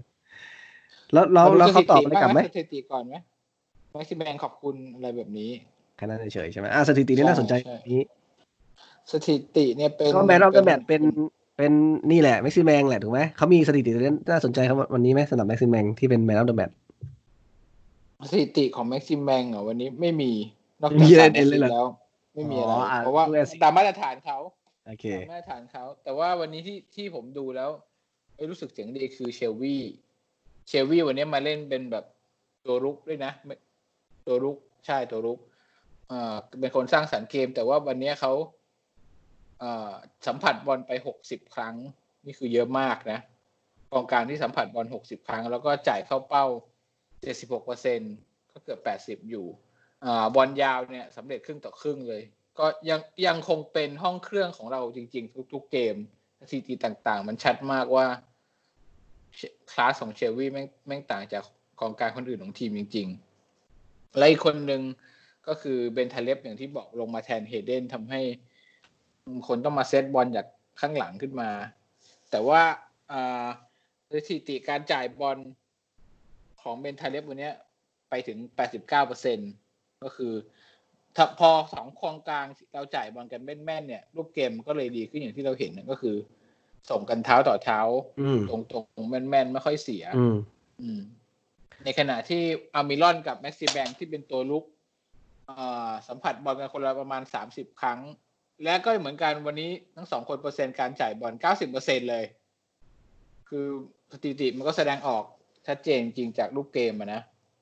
แล้วเขาตอบอะไรกลับไหมสถิติก่อนไหมแม็กซิแมนขอบคุณอะไรแบบนี้แค่นั้นเฉยใช่ไหมสถิตินี่น่าสนใจนี้สถิติเนี่ยเป็นก็แมนออฟเดอะแมตช์เป็นนี่แหละแม็กซิแมงแหละถูกไหมเขามีสถิติน่าสนใจครับวันนี้ไหมสำหรับแม็กซิแมงที่เป็นแมนออฟเดอะแมตช์สถิติของแม็กซิแมงวันนี้ไม่มีนอกจากการเล่นแล้วไม่มีอะไรเพราะว่าตามมาตรฐานเขาโอเคมาตรฐานเขาแต่ว่าวันนี้ที่ผมดูแล้วรู้สึกเสียงดีคือเชลวี่วันนี้มาเล่นเป็นแบบตัวรุกด้วยนะตัวรุกใช่ตัวรุกเป็นคนสร้างสรรค์เกมแต่ว่าวันนี้เขาสัมผัสบอลไป60ครั้งนี่คือเยอะมากนะกองกลางที่สัมผัสบอล60ครั้งแล้วก็จ่ายเข้าเป้า 76% ก็เกือบ80อยู่บอลยาวเนี่ยสำเร็จครึ่งต่อครึ่งเลยก็ยังคงเป็นห้องเครื่องของเราจริงๆทุกๆเกมสถิติต่างๆมันชัดมากว่าคลาสของเชลวีแม่งต่างจากกองกลางคนอื่นของทีมจริงๆและอีกคนหนึ่งก็คือเบนทาเลฟอย่างที่บอกลงมาแทนเฮเดนทำให้คนต้องมาเซตบอลจากข้างหลังขึ้นมาแต่ว่าสถิติการจ่ายบอลของเบนทาเลฟวันนี้ไปถึง 89% ก็คือถ้าพอสองกองกลางเราจ่ายบอลกันแม่นๆเนี่ยรูปเกมก็เลยดีขึ้นอย่างที่เราเห็นก็คือส่งกันเท้าต่อเท้าตรงๆแม่นๆไม่ค่อยเสียในขณะที่อามิรอนกับแม็กซิแบงที่เป็นตัวลุกสัมผัสบอลกันคนละประมาณ30ครั้งและก็เหมือนกันวันนี้ทั้งสองคนเปอร์เซ็นต์การจ่ายบอล 90% เลยคือสถิติมันก็แสดงออกชัดเจนจริงจากรูปเกมนะ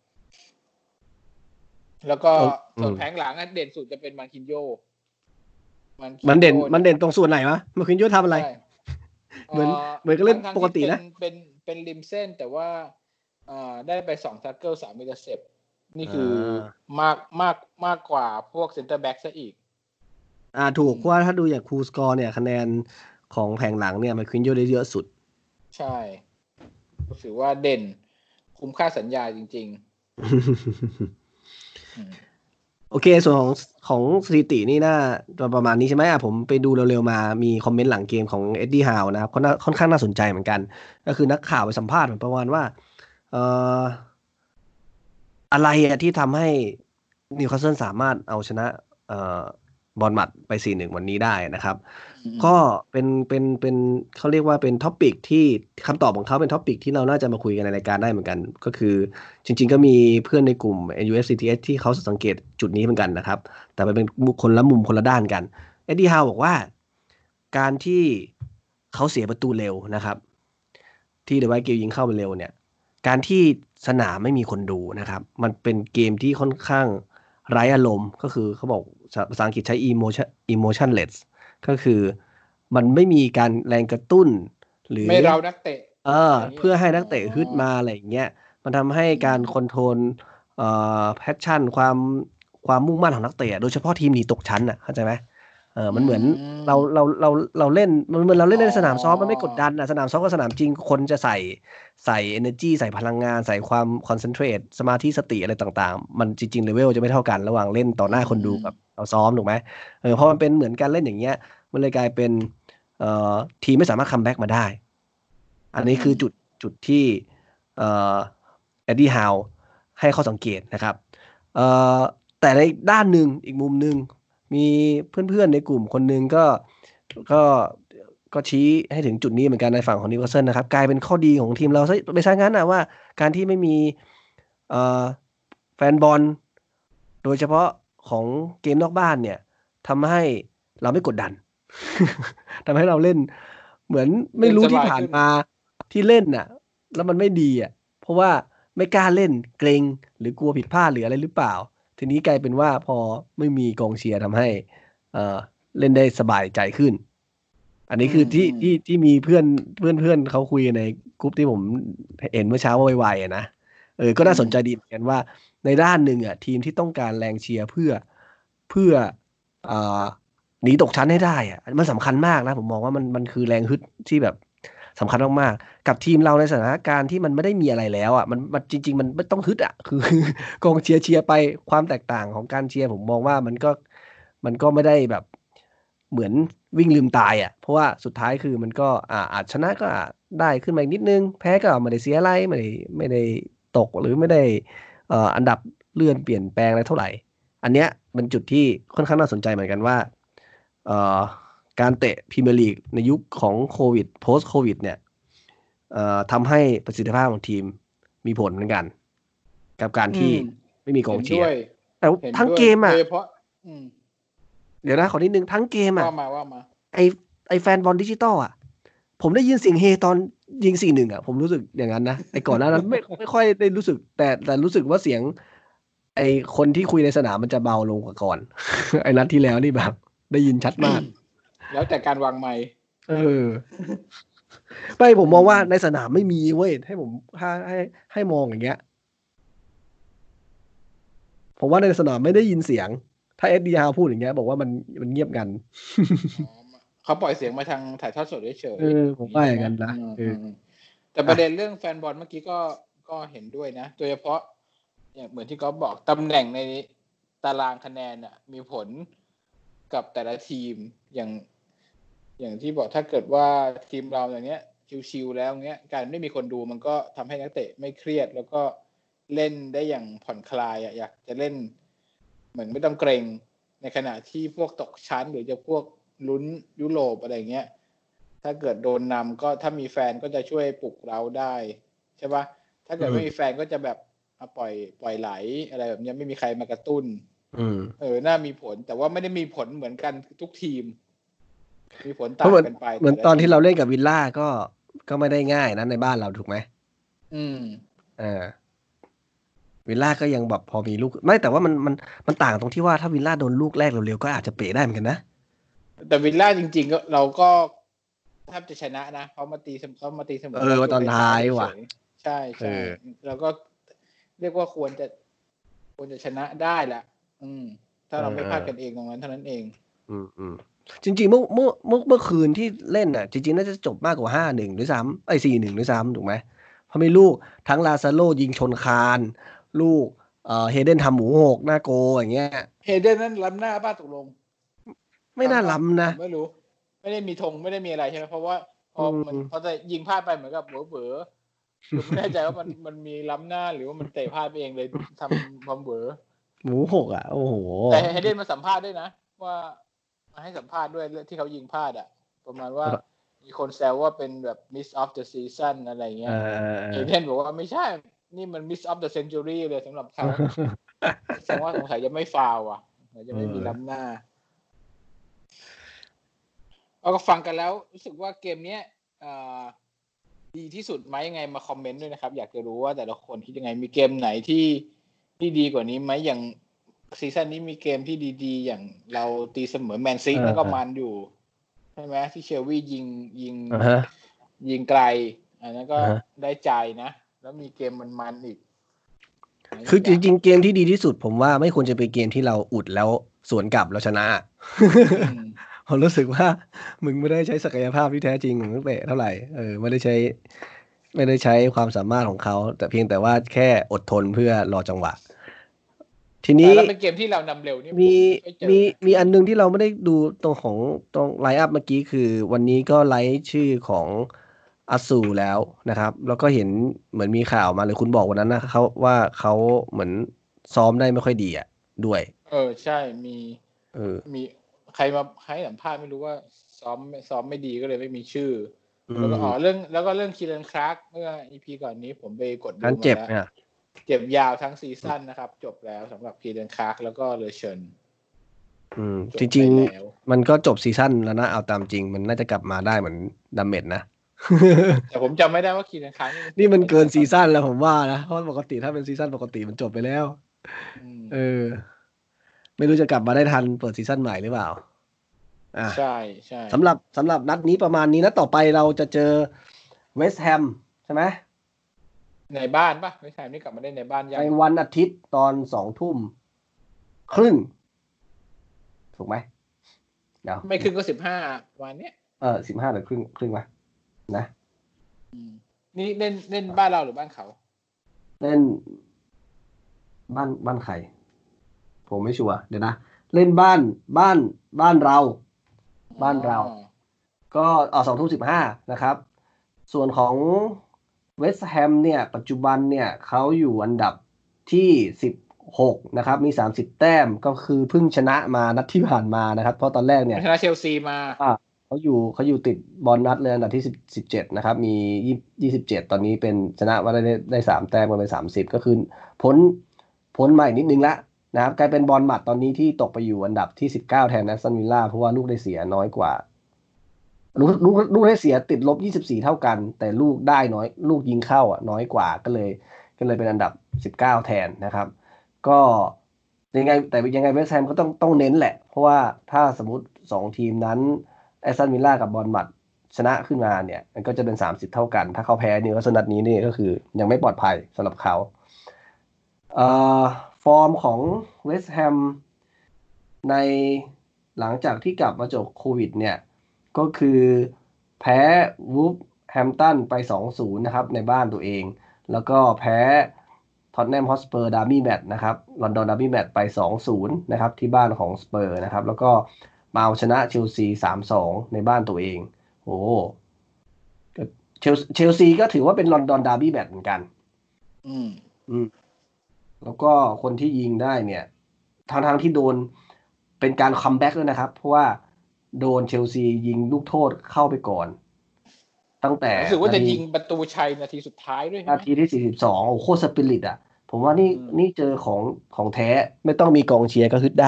แล้วก็ส่วนแผงหลังเด่นสุดจะเป็นมันคินโยมันเด่นตรงส่วนไหนวะมันคินโยทำอะไรเหมือนก็เล่นปกตินะเป็นริมเส้นแต่ว่าได้ไป2แท็กเกิล3อินเตอร์เซปนี่คือมากกว่าพวกเซ็นเตอร์แบ็กซะอีกถูกว่าถ้าดูอย่างคูลสกอร์เนี่ยคะแนนของแผงหลังเนี่ยมันคินโยได้เยอะสุดใช่ถือว่าเด่นคุ้มค่าสัญญาจริงๆโอเคส่วนของสถิตินี่น่าประมาณนี้ใช่ไหมผมไปดูเร็วๆมามีคอมเมนต์หลังเกมของเอ็ดดี้ฮาวนะครับค่อนข้างน่าสนใจเหมือนกันก็คือนักข่าวไปสัมภาษณ์เหมือนประมาณว่าอะไรที่ทำให้นิวคาสเซิลสามารถเอาชนะบอร์นมัธไป 4-1 วันนี้ได้นะครับก็เป็นเขาเรียกว่าเป็นท็อปิกที่คำตอบของเขาเป็นท็อปิกที่เราน่าจะมาคุยกันในรายการได้เหมือนกันก็คือจริงๆก็มีเพื่อนในกลุ่ม NUFCTS ที่เขาสังเกตจุดนี้เหมือนกันนะครับแต่เป็นคนละมุมคนละด้านกันเอ็ดดี้ฮาวบอกว่าการที่เขาเสียประตูเร็วนะครับที่เดอะไวท์เกลยิงเข้าไปเร็วเนี่ยการที่สนามไม่มีคนดูนะครับมันเป็นเกมที่ค่อนข้างไร้อารมณ์ก็คือเขาบอกภาษาอังกฤษใช้ emotionless ก็คือมันไม่มีการแรงกระตุ้นหรือไม่เร้านักเตะเพื่อให้นักเตะฮึดมาอะไรอย่างเงี้ยมันทำให้การคอนโทรลแพชชั่นความมุ่งมั่นของนักเตะโดยเฉพาะทีมหนีตกชั้นเข้าใจไหมมันเหมือนเราเล่นมันเหมือนเราเล่นในสนามซ้อมมันไม่กดดันสนามซ้อมกับสนามจริงคนจะใส่ energy ใส่พลังงานใส่ความ concentrate สมาธิสติอะไรต่างๆมันจริงๆเลเวลจะไม่เท่ากันระหว่างเล่นต่อหน้าคนดูกับเราซ้อมถูกไหมเพราะมันเป็นเหมือนการเล่นอย่างเงี้ยมันเลยกลายเป็นทีมไม่สามารถคัมแบ็กมาได้อันนี้คือจุดที่เอ็ดดี้ฮาวให้ข้อสังเกตนะครับแต่ในด้านหนึ่งอีกมุมหนึ่งมีเพื่อนๆในกลุ่มคนหนึ่งก็ชี้ให้ถึงจุดนี้เหมือนกันในฝั่งของนิวคาสเซิลนะครับกลายเป็นข้อดีของทีมเราไม่ใช่งั้นนะว่าการที่ไม่มีแฟนบอลโดยเฉพาะของเกมนอกบ้านเนี่ยทำให้เราไม่กดดัน ทำให้เราเล่นเหมือนไม่รู้ที่ผ่านมาที่เล่นแล้วมันไม่ดีเพราะว่าไม่กล้าเล่นเกรงหรือกลัวผิดพลาดหรืออะไรหรือเปล่าทีนี้กลายเป็นว่าพอไม่มีกองเชียร์ทำให้เล่นได้สบายใจขึ้นอันนี้คือที่มีเพื่อนเขาคุยในกลุ่มที่ผมเห็นเมื่อเช้าว่าไวๆนะก็น่าสนใจดีเหมือนกันว่าในด้านหนึ่งทีมที่ต้องการแรงเชียร์เพื่อหนีตกชั้นให้ได้มันสำคัญมากนะผมมองว่ามันคือแรงฮึดที่แบบสำคัญมากๆกับทีมเราในสถานการณ์ที่มันไม่ได้มีอะไรแล้วมันจริงๆมันไม่ต้องฮึดคือกองเชียร์ไปความแตกต่างของการเชียร์ผมมองว่ามันก็ไม่ได้แบบเหมือนวิ่งลืมตายเพราะว่าสุดท้ายคือมันก็อาจชนะก็ได้ขึ้นมาอีกนิดนึงแพ้ก็ไม่ได้เสียอะไรไม่ได้ตกหรือไม่ได้อันดับเลื่อนเปลี่ยนแปลงอะไรเท่าไหร่อันเนี้ยเป็นจุดที่ค่อนข้างน่าสนใจเหมือนกันว่าการเตะพรีเมียร์ลีกในยุคของโควิด post โควิดเนี่ยทำให้ประสิทธิภาพของทีมมีผลเหมือนกันกับการที่ไม่มีกองเชียร์แต่ทั้งเกมเดี๋ยวนะขอนิดนึงทั้งเกมว่ามาไอแฟนบอลดิจิตอลผมได้ยินเสียงเฮตอนยิง 4-1 ผมรู้สึกอย่างนั้นนะไอก่อนหน้านั้นไม่ค่อยได้รู้สึกแต่รู้สึกว่าเสียงไอคนที่คุยในสนามมันจะเบาลงกว่าก่อน ไอนัดที่แล้วนี่แบบได้ยินชัดมากแล้วแต่การวางไมค์ไม่ผมมองว่าในสนามไม่มีเว้ยให้ผมให้มองอย่างเงี้ยผมว่าในสนามไม่ได้ยินเสียงถ้า SDR พูดอย่างเงี้ยบอกว่ามันเงียบกันเขาปล่อยเสียงมาทางถ่ายทอดสดเฉยๆผมว่าอย่างนั้นนะแต่ประเด็นเรื่องแฟนบอลเมื่อกี้ก็เห็นด้วยนะโดยเฉพาะอย่างเหมือนที่ก๊อฟบอกตำแหน่งในตารางคะแนนมีผลกับแต่ละทีมอย่างที่บอกถ้าเกิดว่าทีมเราอย่างเงี้ยชิวๆแล้วเงี้ยการไม่มีคนดูมันก็ทำให้นักเตะไม่เครียดแล้วก็เล่นได้อย่างผ่อนคลายอยากจะเล่นเหมือนไม่ต้องเกรงในขณะที่พวกตกชั้นหรือจะพวกลุ้นยุโรปอะไรเงี้ยถ้าเกิดโดนนำก็ถ้ามีแฟนก็จะช่วยปลุกเราได้ใช่ปะถ้าเกิดไม่มีแฟนก็จะแบบปล่อยไหลอะไรแบบนี้ไม่มีใครมากระตุ้นน่ามีผลแต่ว่าไม่ได้มีผลเหมือนกันทุกทีมมีผลต่างกันไปเหมือนตอนที่เราเล่นกับวิลล่าก็ไม่ได้ง่ายนะในบ้านเราถูกไหมเออวิลล่าก็ยังแบบพอมีลูกไม่แต่ว่ามันต่างตรงที่ว่าถ้าวิลล่าโดนลูกแรกเร็วๆก็อาจจะเป๋ได้เหมือนกันนะแต่วิลล่าจริงๆก็เราก็แทบจะชนะนะเขามาตีเสมอว่าตอนท้ายว่ะใช่ใช่แล้วก็เรียกว่าควรจะชนะได้แหละถ้าเราไม่พลาดกันเองตรงนั้นเท่านั้นเองจริงๆเมื่อคืนที่เล่นน่ะจริงๆน่าจะจบมากกว่า5-1ด้วยซ้ำ4-1ด้วยซ้ำถูกไหมเพราะมีลูกทั้งลาซาโลยิงชนคานลูกเฮเดนทำหมูหกหน้าโกอย่างเงี้ยเฮเดนนั้นล้ำหน้าบ้าตกลงไม่น่าล้ำนะไม่รู้ไม่ได้มีธงไม่ได้มีอะไรใช่ไหมเพราะว่าพอจะยิงพลาดไปเหมือนกับเบ๋อคือไม่แน่ใจว่ามันมีล้ำหน้าหรือว่ามันเตะพลาดไปเองเลยทำความเบ๋อหมูหกโอ้โหแต่เฮเดนมาสัมภาษณ์ด้วยนะว่ามาให้สัมภาษณ์ด้วยที่เขายิงพลาดประมาณว่ามีคนแซวว่าเป็นแบบ miss of the season อะไรเงี้ยเฮเดนบอกว่าไม่ใช่นี่มัน miss of the century เลยสำหรับเขาแสดงว่าสงสัยจะไม่ฟาวอ่ะจะไม่มีล้ำหน้าเราก็ฟังกันแล้วรู้สึกว่าเกมนี้ดีที่สุดไหมยังไงมาคอมเมนต์ด้วยนะครับอยากจะรู้ว่าแต่ละคนคิดยังไงมีเกมไหนที่ดีกว่านี้ไหมอย่างซีซั่นนี้มีเกมที่ดีๆอย่างเราตีเสมอแมนซีแล้วก็มันอยู่ใช่ไหมที่เชลวียิงไกลอันนั้นก็ได้ใจนะแล้วมีเกมมันอีกคือจริงๆเกมที่ดีที่สุดผมว่าไม่ควรจะเป็นเกมที่เราอุดแล้วสวนกลับแล้วชนะผมรู้สึกว่ามึงไม่ได้ใช้ศักยภาพที่แท้จริงของนักเตะเท่าไหร่ไม่ได้ใช้ความสามารถของเขาแต่เพียงแต่ว่าแค่อดทนเพื่อรอจังหวะทีนี้แล้วเป็นเกมที่เรานำเร็วนี่มีอันนึงที่เราไม่ได้ดูตรงไลน์อัพเมื่อกี้คือวันนี้ก็ไลฟ์ชื่อของอัสซูแล้วนะครับแล้วก็เห็นเหมือนมีข่าวมาหรือคุณบอกวันนั้นนะเขาเหมือนซ้อมได้ไม่ค่อยดีด้วยใช่มีใครสัมภาษณ์ไม่รู้ว่าซ้อมไม่ดีก็เลยไม่มีชื่อแล้วก็เรื่องคีรันคลาร์กเมื่อ EP ก่อนนี้ผมไปกดดูมาแล้วเจ็บยาวทั้งซีซั่นนะครับจบแล้วสำหรับคีรันคลาร์กแล้วก็เลเชนจริงๆมันก็จบซีซั่นแล้วนะเอาตามจริงมันน่าจะกลับมาได้เหมือนดัมเมจนะแต่ผมจำไม่ได้ว่าคีรันคลาร์กนี่มันเกินซีซั่นแล้วผมว่านะเพราะปกติถ้าเป็นซีซั่นปกติมันจบไปแล้วไม่รู้จะกลับมาได้ทันเปิดซีซั่นใหม่หรือเปล่าใช่สำหรับนัดนี้ประมาณนี้นะต่อไปเราจะเจอเวสต์แฮมใช่ไหมในบ้านปะเวสต์แฮมนี่กลับมาได้ในบ้านยังในวันอาทิตย์ตอน20:30ถูกไหมเดี๋ยวไม่ครึ่งก็15วันนี้ 15หรือครึ่งวะนะนี่เล่นบ้านเราหรือบ้านเขาเล่นบ้านใครผมไม่ชัวร์เดี๋ยวนะเล่นบ้านเราก็20:15นะครับส่วนของเวสต์แฮมเนี่ยปัจจุบันเนี่ยเขาอยู่อันดับที่16นะครับมี30แต้มก็คือเพิ่งชนะมานัดที่ผ่านมานะครับเพราะตอนแรกเนี่ยชนะเชลซีมาเขาอยู่ติดบอลนัดเลยอันดับที่17นะครับมี27ตอนนี้เป็นชนะมาได้3แต้มกันไป30ก็คือพ้นใหม่นิดนึงละนะครับกลายเป็นบอลมัดตอนนี้ที่ตกไปอยู่อันดับที่19แทนแอสตันวิลล่าเพราะว่าลูกได้เสียน้อยกว่าลูกได้เสียติดลบ24เท่ากันแต่ลูกได้น้อยลูกยิงเข้าน้อยกว่าก็เลยเป็นอันดับ19แทนนะครับก็ยังไงแต่ยังไงเวสต์แฮมก็ต้องเน้นแหละเพราะว่าถ้าสมมติ2ทีมนั้นแอสตันวิลล่ากับบอร์นมัธชนะขึ้นมาเนี่ยมันก็จะเป็น30เท่ากันถ้าเขาแพ้นี่ก็นัดนี้นี่ก็คือยังไม่ปลอดภัยสำหรับเขาฟอร์มของเวสต์แฮมในหลังจากที่กลับมาจากโควิดเนี่ยก็คือแพ้วูฟแฮมป์ตันไป 2-0 นะครับในบ้านตัวเองแล้วก็แพ้ท็อตแนมฮอตสเปอร์ดาร์บี้แมตช์นะครับลอนดอนดาร์บี้แมตช์ไป 2-0 นะครับที่บ้านของสเปอร์นะครับแล้วก็มาเอาชนะเชลซี 3-2 ในบ้านตัวเองโอ้เชลซีก็ถือว่าเป็นลอนดอนดาร์บี้แมตช์เหมือนกันแล้วก็คนที่ยิงได้เนี่ยทั้งที่โดนเป็นการคัมแบ็กด้วยนะครับเพราะว่าโดนเชลซียิงลูกโทษเข้าไปก่อนตั้งแต่รู้สึกว่าจะยิงประตูชัยนาทีสุดท้ายด้วยนาทีที่42โอ้โคตรสปิริตผมว่านี่เจอของแท้ไม่ต้องมีกองเชียร์ก็ฮึดได้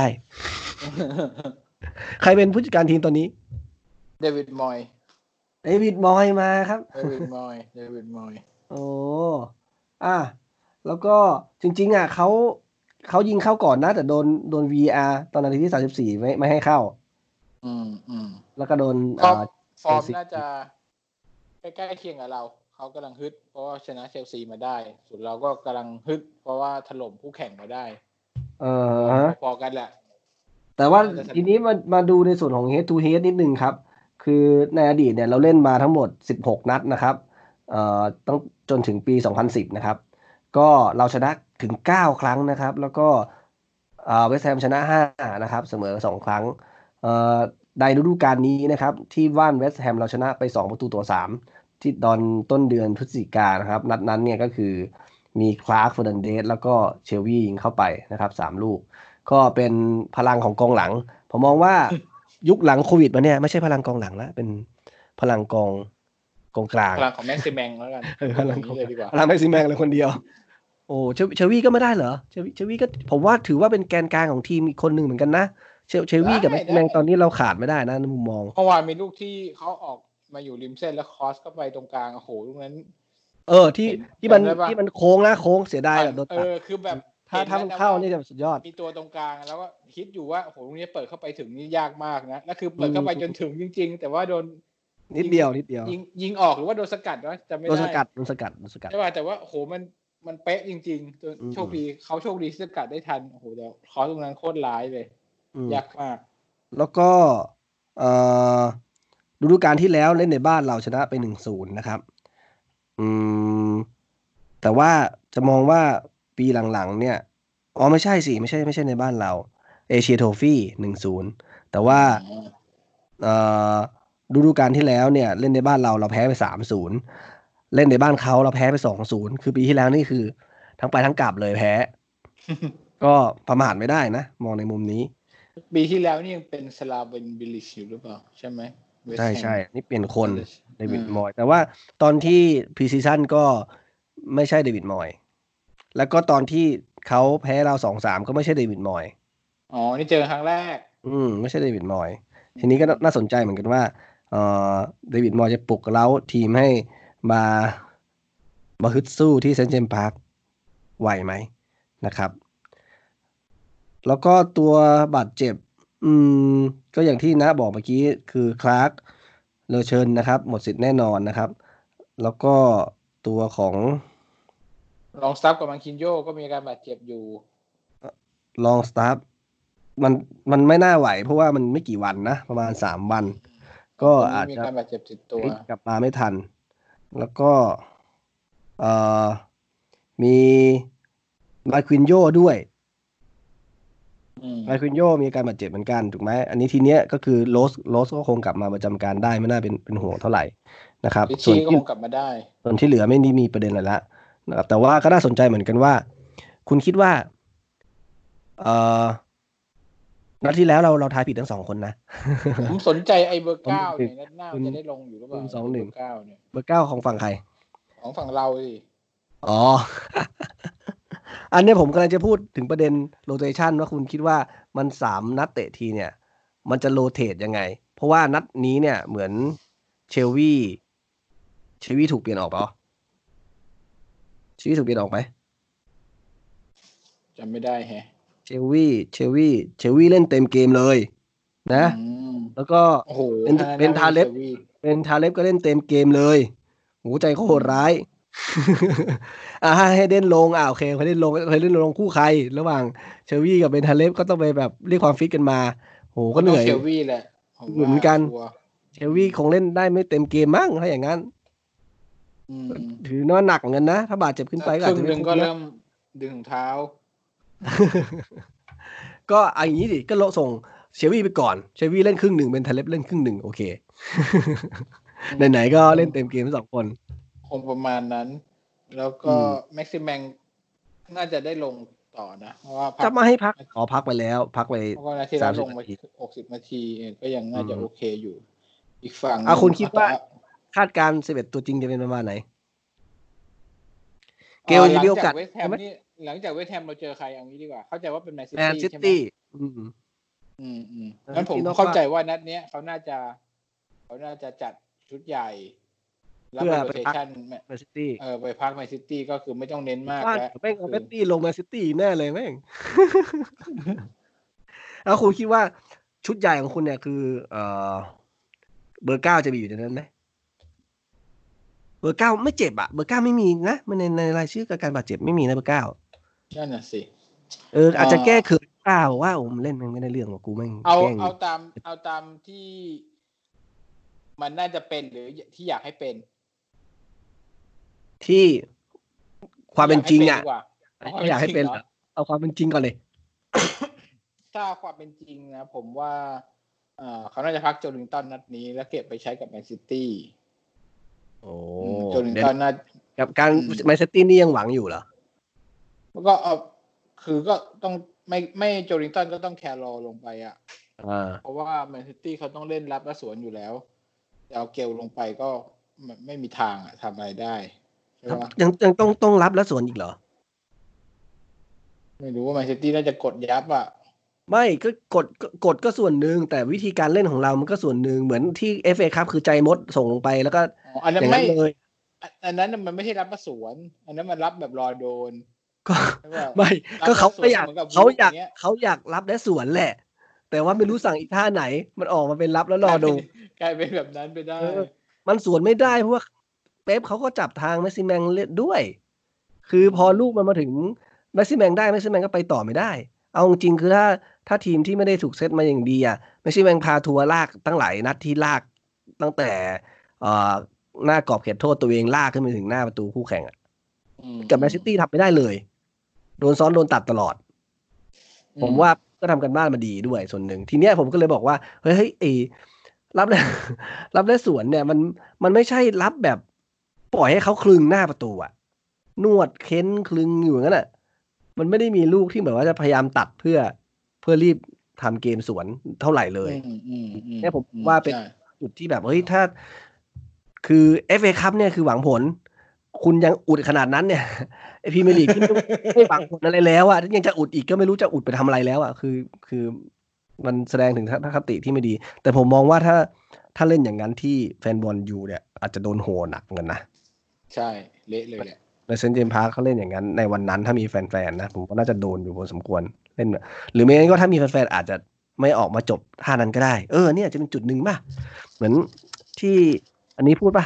ใครเป็นผู้จัดการทีมตอนนี้เดวิดมอยมาครับเดวิดมอยโอ้อ่ะแล้วก็จริงๆเขายิงเข้าก่อนนะแต่โดน VAR ตอนนาทีที่34ไม่ให้เข้าอืมแล้วก็โดนฟอร์มเชลซีน่าจะใกล้ๆเคียงกับเราเขากำลังฮึดเพราะว่าชนะเชลซีมาได้ส่วนเราก็กำลังฮึดเพราะว่าถล่มคู่แข่งมาได้เอฟอร์มอพอๆกันแหละแต่ว่าน่าจะทีนี้มาดูในส่วนของ head to head นิดนึงครับคือในอดีตเนี่ยเราเล่นมาทั้งหมด16นัดนะครับต้องจนถึงปี2010นะครับก็เราชนะถึง9ครั้งนะครับแล้วก็เวสต์แฮมชนะ5นะครับเสมอ2ครั้งเอ่อในฤดูกาลนี้นะครับที่ว่านเวสต์แฮมเราชนะไป2-3ที่ตอนต้นเดือนพฤศจิกายนนะครับนัดนั้นเนี่ยก็คือมีคลาร์กเฟอร์นันเดสแล้วก็เชลวี่ยิงเข้าไปนะครับ3 ลูก ก็เป็นพลังของกองหลังผมมองว่ายุคหลังโควิดมาเนี่ยไม่ใช่พลังกองหลังแล้วเป็นพลังกองกลางพลังของแม็กซิแมงแล้วกันพพูดอย่างลังกองนี้เลยดีกว่าพลังแม็กซิแมงเลยคนเดียวโอ้เชลวี่ก็ไม่ได้เหรอเชลวี่ก็ผมว่าถือว่าเป็นแกนกลางของทีมอีกคนหนึ่งเหมือนกันนะเชลวี่กับแม็กซิแมได้งตอนนี้เราขาดไม่ได้นะในมุมมองเมื่อวานมีลูกที่เขาออกมาอยู่ริมเส้นแล้วคอสเข้าไปตรงกลางโอ้โหลูกนั้นที่เห็นที่มันจำได้ปะที่มันโค้งนะโค้งเสียดายแบบโดนตัดคือแบบถ้าเห็นถ้ามันแล้วนะว่าเข้านี่จะสุดยอดมีตัวตรงกลางแล้วก็คิดอยู่ว่าโอ้โหลูกนี้เปิดเข้าไปถึงนี่ยากมากนะแล้วคืออืเปิดเข้าไปจนมถึงจริงๆแต่ว่าโดนนิดยิงเดียวนิดเดียวยิงออกหรือว่าโดนสกัดวะจำไม่ได้โดนสกัดใช่ป่ะแต่ว่าโอ้โหมันเป๊ะจริงๆจนอืโชคดีมเขาโชคดีที่สกัดได้ทันโอ้โหแต่คอสตรงนั้นโคตรร้ายเลยอืมยากมากแล้วก็เอ่อฤดูกาลที่แล้วเล่นในบ้านเราชนะไป1-0นะครับอืมแต่ว่าจะมองว่าปีหลังๆเนี่ยอ๋อไม่ใช่สิไม่ใช่ในบ้านเราเอเชียโทฟี่1-0แต่อ๋ว่าอเอ่อฤดูกาลที่แล้วเนี่ยเล่นในบ้านเราแพ้ไป3-0เล่นในบ้านเขาเราแพ้ไป2-0คือปีที่แล้วนี่คือทั้งไปทั้งกลับเลยแพ้ก็ประมาทไม่ได้นะมองในมุมนี้ปีที่แล้วนี่ยังเป็นสลาเวนบิลิชอยู่หรือเปล่าใช่ไหมเวสใช่ต์แฮมใช่นี่เปลี่ยนคนน่าจะเดวิดมอยแต่ว่าตอนที่พรีซีซั่นก็ไม่ใช่เดวิดมอยแล้วก็ตอนที่เขาแพ้เรา2-3ก็ไม่ใช่เดวิดมอยอ๋อนี่เจอครั้งแรกไม่ใช่เดวิดมอยอืทีนี้ก็น่าสนมใจเหมือนกันว่าเอ่อเดวิดมอยจะปลุกเร้าทีมให้มามาฮึดสู้ที่เซนต์เจมส์พาร์คไหวไหมนะครับแล้วก็ตัวบาดเจ็บอืมก็อย่างที่นะบอกเมื่อกี้คือคลาร์กเลอเชิญนะครับหมดสิทธิ์แน่นอนนะครับ แล้วก็ตัวของลองซับกับมังคินโยก็มีอาการบาดเจ็บอยู่ลองสตาฟมันมันไม่น่าไหวเพราะว่ามันไม่กี่วันนะประมาณ3 วันก็คนนี้อาจจะมีการบาดเจ็บติดตัวพลิกกลับมาไม่ทันแล้วก็เอ่อมีมาควินโยด้วยมาควินโยมีอาการบาดเจ็บเหมือนกันถูกไหมอันนี้ทีเนี้ยก็คือโรสก็คงกลับมาประจำการได้ไม่น่าเป็นห่วงเท่าไหร่นะครับลิชชี่ก็คงกลับมาได้ส่วนที่เหลือไม่ได้มีประเด็นอะไรละนะครับแต่ว่าก็น่าสนใจเหมือนกันว่าคุณคิดว่าเอ่อ นัดที่แล้วเราทายผิดทั้ง2 คนนะผมสนใจไอเบอร์ผมเก้าหนึ่งเนี่ยนัดหน้าคุณจะได้ลงอยู่หรือเปคุณล่าสองหนึ่งไอเบอร์เก้าเนี่ยเบอร์ 9ของฝั่งใครของฝั่งเราสิอ๋ออันเนี้ยผมกำลังจะพูดถึงประเด็นโรเ t ชันว่าคุณคิดว่ามัน3 นัดเตะทีเนี่ยมันจะโรเตทยังไงเพราะว่านัดนี้เนี่ยเหมือนเชลวี่เชลวี่ถูกเปลี่ยนออกเปล่าเชลวี่ถูกเปลี่ยนออกไหมจำไม่ได้แฮะเชลวี่เล่นเต็มเกมเลยอืนะมแล้วก็โอ้โหเป็นถ้าเป็นทาเล็บน่าไม่มีเชลวีเป็นทาเล็บก็เล่นเต็มเกมเลยโหใจเขาอืโหดร้ายมให้เล่นลงโอเคพอเล่นลงเคยเล่นลงคู่ใครระหว่างเชลวี่กับเบนทาเล็บก็ต้องไปแบบเรียกความฟิตกันมาโหก็เหนื่อยก็ต้องเชลวีแหละผมว่าเหมือนกันชัวร์เชลวี่คงเล่นได้ไม่เต็มเกมมั้งถ้าอย่างนั้นอืมถือว่าหนักเหมือนกันนะถ้าบาดเจ็บขึ้นถ้าไปก็อาจจะครึ่งหนึ่งไม่คุ้มนะก็เริ่มดึงถุงเท้าก็เอาอย่างนี้ดิก็โลส่งเชลวี่ไปก่อนเชลวี่เล่นครึ่งหนึ่งเบนทาเล็บเล่นครึ่งหนึ่งโอเคอืมไหนๆก็คงเล่นเต็มเกมทั้ง2 คนคงประมาณนั้น แล้วอืก็มแม็กซิแมงน่าจะได้ลงต่อนะเพราะว่าพัจะกมาให้พักอ๋อพักไปแล้วพักไปเพราะว่านาทีแล้วลงมา 30 นาที 60 นาทีก็ยังอืน่าจะโอมเคอยู่ อีกฝั่งหนึ่งคุณคิดว่าแต่ว่าคาดการณ์11ตัวจริงจะเป็นประมาณไหนเกลหยังลังจากมีโอกาสใช่ไหมเวสต์แฮมนี่หลังจากเวสต์แฮมเราเจอใครเอางี้ดีกว่าเข้าใจว่าเป็นแมนซิแมนตี้ใช่ไหมซิตี้อืมแมนงั้นผมซิตี้นอกบ้านเข้าใจว่านัดเนี้ยเขาน่าจะจัดชุดใหญ่รับเพื่อไปไปพัก rotation แมนซิตี้ไปพักแมนซิตี้ก็คือไม่ต้องเน้นมากว่าแล้วแม่งเอาคืแมอนตี้ลงแมนซิตี้แน่เลยแม่ง แล้วคุณคิดว่าชุดใหญ่ของคุณเนี่ยคือเบอร์ 9จะมีอยู่ในนั้นไหมเบอร์ 9ไม่เจ็บอะเบอร์ 9ไม่มีนะมันในรายชื่อการบาดเจ็บไม่มีนะเบอร์ 9 นั่นน่ะสิอาจจะแก้เขินเปล่าว่าโอ้มันเล่นแม่งไม่ได้เรื่องว่ะกูแม่งเอาตามที่มันน่าจะเป็นหรือที่อยากให้เป็นที่ความเป็นจริงอ่ะอยากให้เป็นเหรอเอาความเป็นจริงก่อนเลยถ้าความเป็นจริงนะผมว่าเขาน่าจะพักโจลิงตันนัดนี้แล้วเก็บไปใช้กับแมนซิตี้โอ้โจลิงตันน่ากับการแมนซิตี้นี่ยังหวังอยู่เหรอแล้วก็คือก็ต้องไม่โจลิงตันก็ต้องแคร์รอลงไปอ่ะเพราะว่าแมนซิตี้เขาต้องเล่นรับและสวนอยู่แล้วเอาเกลลงไปก็ไม่มีทางอ่ะทำอะไรได้ใช่ไหมยังต้องรับและสวนอีกเหรอไม่รู้ว่าแมนซิตี้น่าจะกดยับอ่ะไม่ก็กดก็ส่วนหนึ่งแต่วิธีการเล่นของเรามันก็ส่วนหนึ่งเหมือนที่ FA ครับคือใจมดส่งลงไปแล้วก็อันนั้นไม่เลยอันนั้นมันไม่ใช่รับมาสวนอันนั้นมันรับแบบรอโดนก็ไม่ก็เขาอยากรับและสวนแหละแต่ว่าไม่รู้สั่งอีกท่าไหนมันออกมาเป็นรับแล้วรอดูกลายเป็นแบบนั้นไปได้มันสวนไม่ได้เพราะว่าเป๊ปเขาก็จับทางแม็กซิแมงเล่นด้วยคือพอลูกมันมาถึงแม็กซิแมงได้แม็กซิแมงก็ไปต่อไม่ได้เอาจริงคือถ้าทีมที่ไม่ได้ถูกเซตมาอย่างดีอ่ะแม็กซิแมงพาทัวร์ลากตั้งหลายนัดที่ลากตั้งแต่หน้ากรอบเขตโทษตัวเองลากขึ้นไปถึงหน้าประตูคู่แข่งอ่ะกับแมนซิตี้ทำไม่ได้เลยโดนซ้อนโดนตัดตลอดผมว่าก็ทำกันบ้านมาดีด้วยส่วนหนึ่งทีเนี้ยผมก็เลยบอกว่าเฮ้ยรับและสวนเนี่ยมันไม่ใช่รับแบบปล่อยให้เขาคลึงหน้าประตูอะนวดเค้นคลึงอยู่งั้นแหละมันไม่ได้มีลูกที่แบบว่าจะพยายามตัดเพื่อรีบทำเกมสวนเท่าไหร่เลยเนี่ยผมว่าเป็นจุดที่แบบเฮ้ยถ้าคือ FA คัพเนี่ยคือหวังผลคุณยังอุดขนาดนั้นเนี่ยไอพรีเมียร์ลีกที่ไม่หวังผลอะไรแล้วอ่ะยังจะอุดอีกก็ไม่รู้จะอุดไปทำอะไรแล้วอ่ะคือมันแสดงถึงทัศนคติที่ไม่ดีแต่ผมมองว่าถ้าเล่นอย่างนั้นที่แฟนบอลยูเนี่ยอาจจะโดนโหหนักเงินนะใช่เละเลยแหละในเซนต์เจมส์พาร์คเขาเล่นอย่างนั้นในวันนั้นถ้ามีแฟนๆนะผมก็น่าจะโดนอยู่พอสมควรเล่นหรือไม่งั้นก็ถ้ามีแฟนๆอาจจะไม่ออกมาจบท่านั้นก็ได้เนี่ยจะเป็นจุดหนึ่งป่ะเหมือนที่อันนี้พูดป่ะ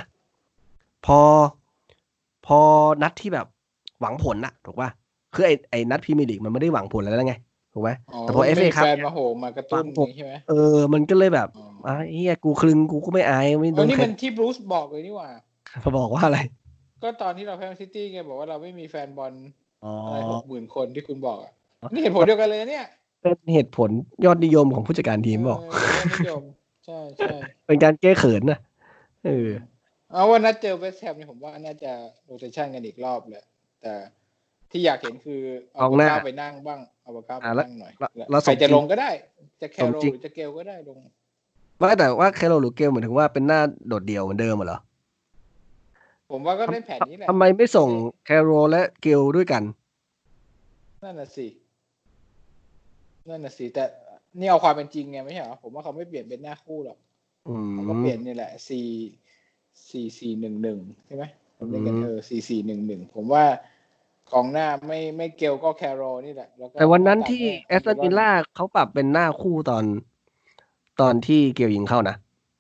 พอนัดที่แบบหวังผลน่ะถูกป่ะคือไอ้นัดพรีเมียร์ลีกมันไม่ได้หวังผลแล้วไงถูกไหมแต่พอ FA ครับแฟนมาโหมากระตุ้นใช่ไหมมันก็เลยแบบเฮียกูคลึงกูก็ไม่อายไม่โดนนี่มันที่บรูซบอกเลยนี่หว่าเขาบอกว่าอะไรก็ตอนที่เราแพ้ซิตี้ไงบอกว่าเราไม่มีแฟนบอลอะไร60,000 คนที่คุณบอกนี่เหตุผลเดียวกันเลยเนี่ยเป็นเหตุผลยอดนิยมของผู้จัดการทีมบอกยอดนิยมใช่เป็นการแก้เขินนะเอาว่านัดเจอเวสต์แฮมนี่ผมว่าน่าจะโรเตชั่นกันอีกรอบแหละแต่ที่อยากเห็นคือเอาบาก้าไปนั่งบ้างเอาบาก้าไปนั่งหน่อยใครจะลงก็ได้จะแคโรหรือจะเกลก็ได้ลงว่าแต่ว่าแคโรหรือเกลเหมือนถึงว่าเป็นหน้าโดดเดี่ยวเหมือนเดิมเหรอผมว่าก็เล่นแผนนี้แหละทำไมไม่ส่งแคโรและเกลด้วยกันนั่นน่ะสิแต่นี่เอาความเป็นจริงไงไม่ใช่เหรอผมว่าเขาไม่เปลี่ยนเป็นหน้าคู่หรอกเขาก็เปลี่ยนนี่แหละ4-4-1-1ใช่ไหมผมเล่นกัน4-4-1-1ผมว่ากองหน้าไม่เกลก็แคโรนี่แหละแต่วันนั้นที่แอสตันวิลล่าเขาปรับเป็นหน้าคู่ตอนที่เกลยิงเข้านะ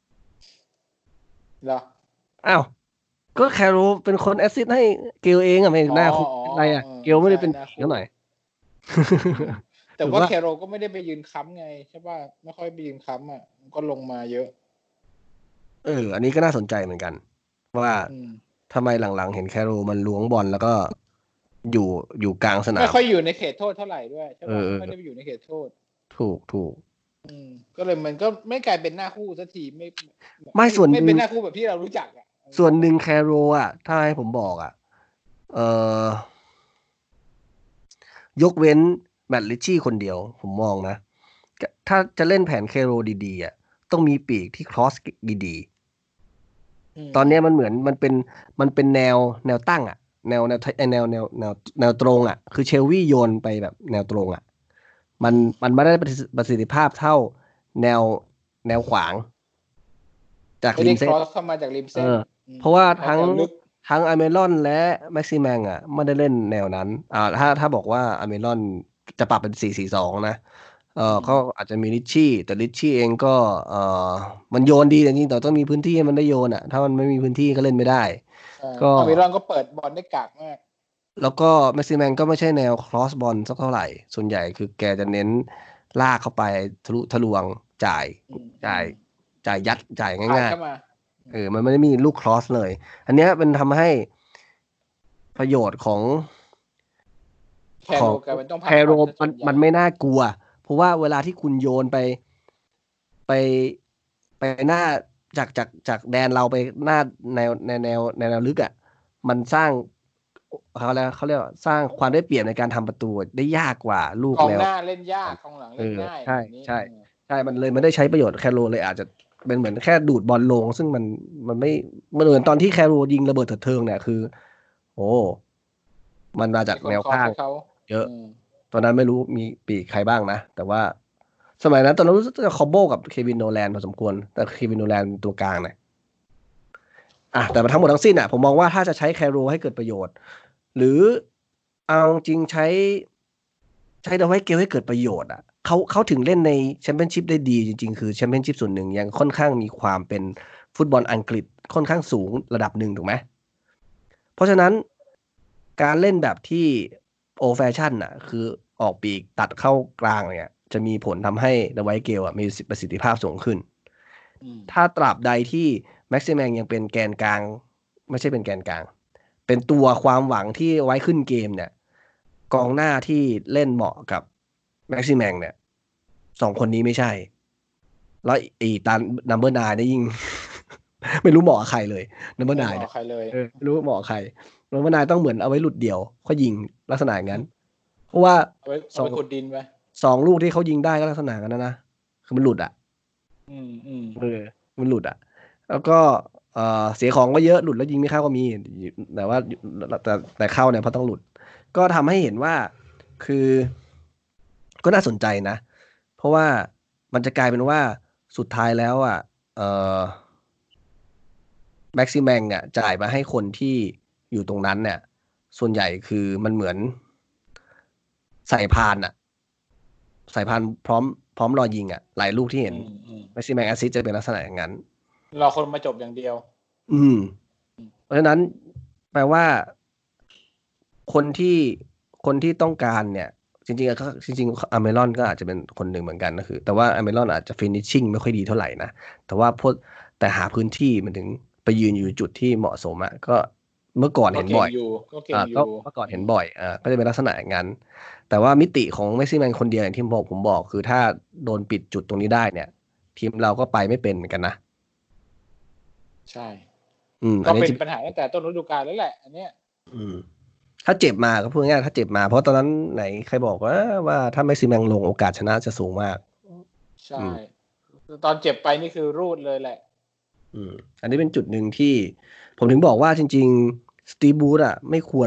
เหรออ้าวก็แคโรเป็นคนแอสซิสต์ให้เกลเองไม่หน้าคู่อะไรเกลไม่ได้เป็นเท่าไหร่แต่ว่าแคโรก็ไม่ได้ไปยืนค้ำไงใช่ป่ะไม่ค่อยไปยืนค้ำก็ลงมาเยอะอันนี้ก็น่าสนใจเหมือนกันว่าทำไมหลังๆเห็นแคโรมันล้วงบอลแล้วก็อยู่กลางสนามไม่ค่อยอยู่ในเขตโทษเท่าไหร่ด้วยใช่ป่ะไม่ได้ไปอยู่ในเขตโทษถูกก็เลยมันก็ไม่กลายเป็นหน้าคู่สักทีไม่ส่วนไม่เป็นหน้าคู่แบบที่เรารู้จักส่วนหนึ่งแคโรถ้าให้ผมบอกยกเว้นแมตต์ริชชี่คนเดียวผมมองนะถ้าจะเล่นแผนแคโรดีๆต้องมีปีกที่ครอสดีๆตอนนี้มันเหมือนมันเป็นแนวตั้งแนวตรงคือเชลวี่โยนไปแบบแนวตรงมันไม่ได้ประสิทธิภาพเท่าแนวขวางจากริมเส้นเข้ามาจากริมเส้นเพราะว่าเพราะแนวลึกทั้งอเมรอนและแม็กซิแมงอ่ะไม่ได้เล่นแนวนั้นถ้าบอกว่าอเมรอนจะปรับเป็น4-4-2นะก็อาจจะมีริชชี่แต่ริชชี่เองก็เออมันโยนดีจริงๆแต่ต้องมีพื้นที่ให้มันได้โยนอ่ะถ้ามันไม่มีพื้นที่ก็เล่นไม่ได้ก็อามิรอนก็เปิดบอลได้กากมากแล้วก็แม็กซิแมงก็ไม่ใช่แนวครอสบอลสักเท่าไหร่ส่วนใหญ่คือแกจะเน้นลากเข้าไปทะลุทะลวงจ่ายอืมจ่ายยัดจ่ายง่ายผ่านเข้ามาๆมันไม่ได้มีลูกครอสเลยอันเนี้ยเป็นทำให้ประโยชน์แคของโรกลายเป็นต้องแคโรพักบอลซะส่วนใหญ่มันไม่น่ากลัวเพราะว่าเวลาที่คุณโยนไปไปหน้าจากแดนเราไปหน้าแนวลึกอ่ะมันสร้างเขาเรียกว่าสร้างความได้เปรียบในการทำประตูได้ยากกว่าลูกแนวกองหน้าเล่นยากกองหลังเออเล่นง่ายใช่แบบนี้ใช่ใช่มันเลยไม่ได้ใช้ประโยชน์แคโรเลยอาจจะเป็นเหมือนแค่ดูดบอลลงซึ่งมันไม่มันเหมือนตอนที่แคโรยิงระเบิดเถิดเทิงเนี่ยคือโอ้มันมาจากมีคนคอร์สแนวข้างให้เขาเยอะอืมตอนนั้นไม่รู้มีปีกใครบ้างนะแต่ว่าสมัยนั้นตอนนั้นรู้สึกจะคอมโบกับเควินโนแลนพอสมควรแต่เควินโนแลนเป็นตัวกลางนะแต่มาทั้งหมดทั้งสิ้นผมมองว่าถ้าจะใช้แคโรให้เกิดประโยชน์หรือเอาจริงใช้ดาไว้เกลให้เกิดประโยชน์เขาถึงเล่นในแชมเปี้ยนชิพได้ดีจริงๆคือแชมเปี้ยนชิพส่วนหนึ่งยังค่อนข้างมีความเป็นฟุตบอลอังกฤษค่อนข้างสูงระดับหนึ่งถูกไหมเพราะฉะนั้นการเล่นแบบที่โอแฟชั่นคือออกปีกตัดเข้ากลางเนี่ยจะมีผลทำให้ดาไว้เกลมีประสิทธิภาพสูงขึ้นถ้าตราบใดที่แม็กซิแมงยังเป็นแกนกลางไม่ใช่เป็นแกนกลางเป็นตัวความหวังที่ไว้ขึ้นเกมเนี่ยกองหน้าที่เล่นเหมาะกับแม็กซิแมงเนี่ย2 คนนี้ไม่ใช่แล้วไอ้ตานัมเบอร์นายเนี่ยยิ่ง ไม่รู้เหมาะกับใครเลยนัมเบอร์ไม่นายเนี่ยเหมาะใครเลยไม่รู้เหมาะกับใครนัมเบอร์นายต้องเหมือนเอาไว้หลุดเดี่ยวเขายิงลักษณะอย่างนั้นเพราะว่าเอาสองไว้ขุดดินไปลูกที่เขายิงได้ก็ลักษณะกันนะคือมันหลุดอืมเออมันหลุดแล้วก็เสียของก็เยอะหลุดแล้วยิงไม่เข้าก็มีแต่ว่าแต่เข้าเนี่ยเพราะต้องหลุดก็ทำให้เห็นว่าคือก็น่าสนใจนะเพราะว่ามันจะกลายเป็นว่าสุดท้ายแล้วเอ่อแม็กซิแมงจ่ายมาให้คนที่อยู่ตรงนั้นเนี่ยส่วนใหญ่คือมันเหมือนใส่พานใส่พานพร้อมรอยิงหลายลูกที่เห็นแม็กซิแมงแอสซิสจะเป็นลักษณะอย่างนั้นรอคนมาจบอย่างเดียวอืมเพราะฉะนั้นแปลว่าคนที่ต้องการเนี่ยจริงๆอเมรอนก็อาจจะเป็นคนหนึ่งเหมือนกันก็คือแต่ว่าอเมรอนอาจจะฟินิชชิ่งไม่ค่อยดีเท่าไหร่นะแต่ว่าแต่หาพื้นที่มันถึงไปยืนอยู่จุดที่เหมาะสมก็เมื่อก่อนก็เห็นบ่อยเก่งอยู่ก็เก่งอก็ยู่เมื่อก่อนเห็นบ่อยก็จะเป็นลักษณะอย่างนั้นแต่ว่ามิติของเมสซี่แมนคนเดียวอย่างที่ผมบอกคือถ้าโดนปิดจุดตรงนี้ได้เนี่ยทีมเราก็ไปไม่เป็นเหมือนกันนะใช่อันนี้ก็เป็นปัญหาตั้งแต่ต้นฤดูกาลแล้วแหละอันเนี้ยอืม ถ้าเจ็บมาก็พูดง่ายๆถ้าเจ็บมาเพราะตอนนั้นไหนใครบอกว่าถ้าแม็กซิแมงลงโอกาสชนะจะสูงมากใช่ตอนเจ็บไปนี่คือรูดเลยแหละอันนี้เป็นจุดหนึ่งที่ผมถึงบอกว่าจริงๆสตีฟบูธไม่ควร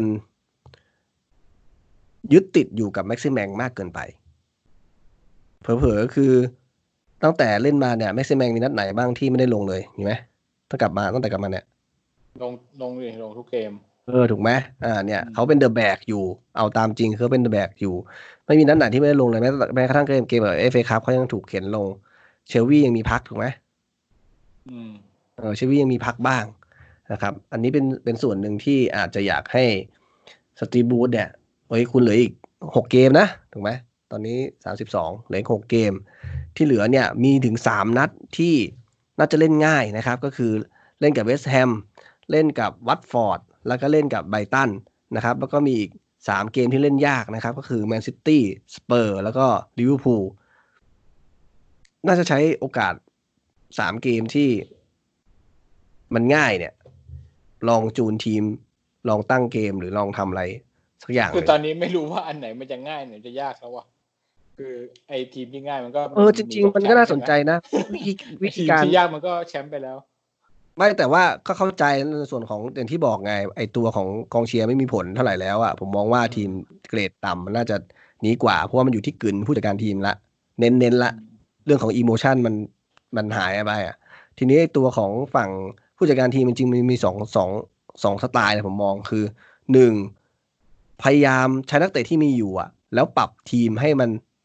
ยึดติดอยู่กับแม็กซิแมงมากเกินไปเผลอๆคือตั้งแต่เล่นมาเนี่ยแม็กซิแมงมีนัดไหนบ้างที่ไม่ได้ลงเลยมีไหมตั้งแต่กลับมาเนี่ยลงทุกเกมถูกไหมเนี่ยเขาเป็นเดอะแบกอยู่เอาตามจริงเขาเป็นเดอะแบกอยู่ไม่มีนัดไหนที่ไม่ได้ลงเลยแม้กระทั่งเกมแบบFA Cupเขายังถูกเข็นลงเชลวียังมีพักถูกไหมเชลวียังมีพักบ้างนะครับอันนี้เป็นส่วนหนึ่งที่อาจจะอยากให้สตีฟบูธเนี่ยคุณเหลืออีก6 เกมนะถูกไหมตอนนี้32เหลืออีก6 เกมที่เหลือเนี่ยมีถึง3 นัดที่น่าจะเล่นง่ายนะครับก็คือเล่นกับเวสต์แฮมเล่นกับวัตฟอร์ดแล้วก็เล่นกับไบรตันนะครับแล้วก็มีอีก3 เกมที่เล่นยากนะครับก็คือแมนซิตี้สเปอร์แล้วก็ลิเวอร์พูลน่าจะใช้โอกาส3 เกมที่มันง่ายเนี่ยลองจูนทีมลองตั้งเกมหรือลองทำอะไรสักอย่างคือตอนนี้ไม่รู้ว่าอันไหนมันจะง่ายไหนจะยากแล้ววะคือไอ้ทีมที่ง่ายมันก็จริงๆมันก็น่าสนใจนะวิธีการที่ยากมันก็แชมป์ไปแล้วไม่แต่ว่าก็เข้าใจในส่วนของอย่างที่บอกไงไอตัวของกองเชียร์ไม่มีผลเท่าไหร่แล้วผมมองว่าทีมเกรดต่ำมันน่าจะหนีกว่าเพราะว่ามันอยู่ที่กึ่นผู้จัดการทีมละเน้นละเรื่องของอีโมชันมันหายไปทีนี้ตัวของฝั่งผู้จัดการทีมจริงๆมันมีสองสไตล์นะผมมองคือหนึ่งพยายามใช้นักเตะที่มีอยู่แล้วปรับทีมให้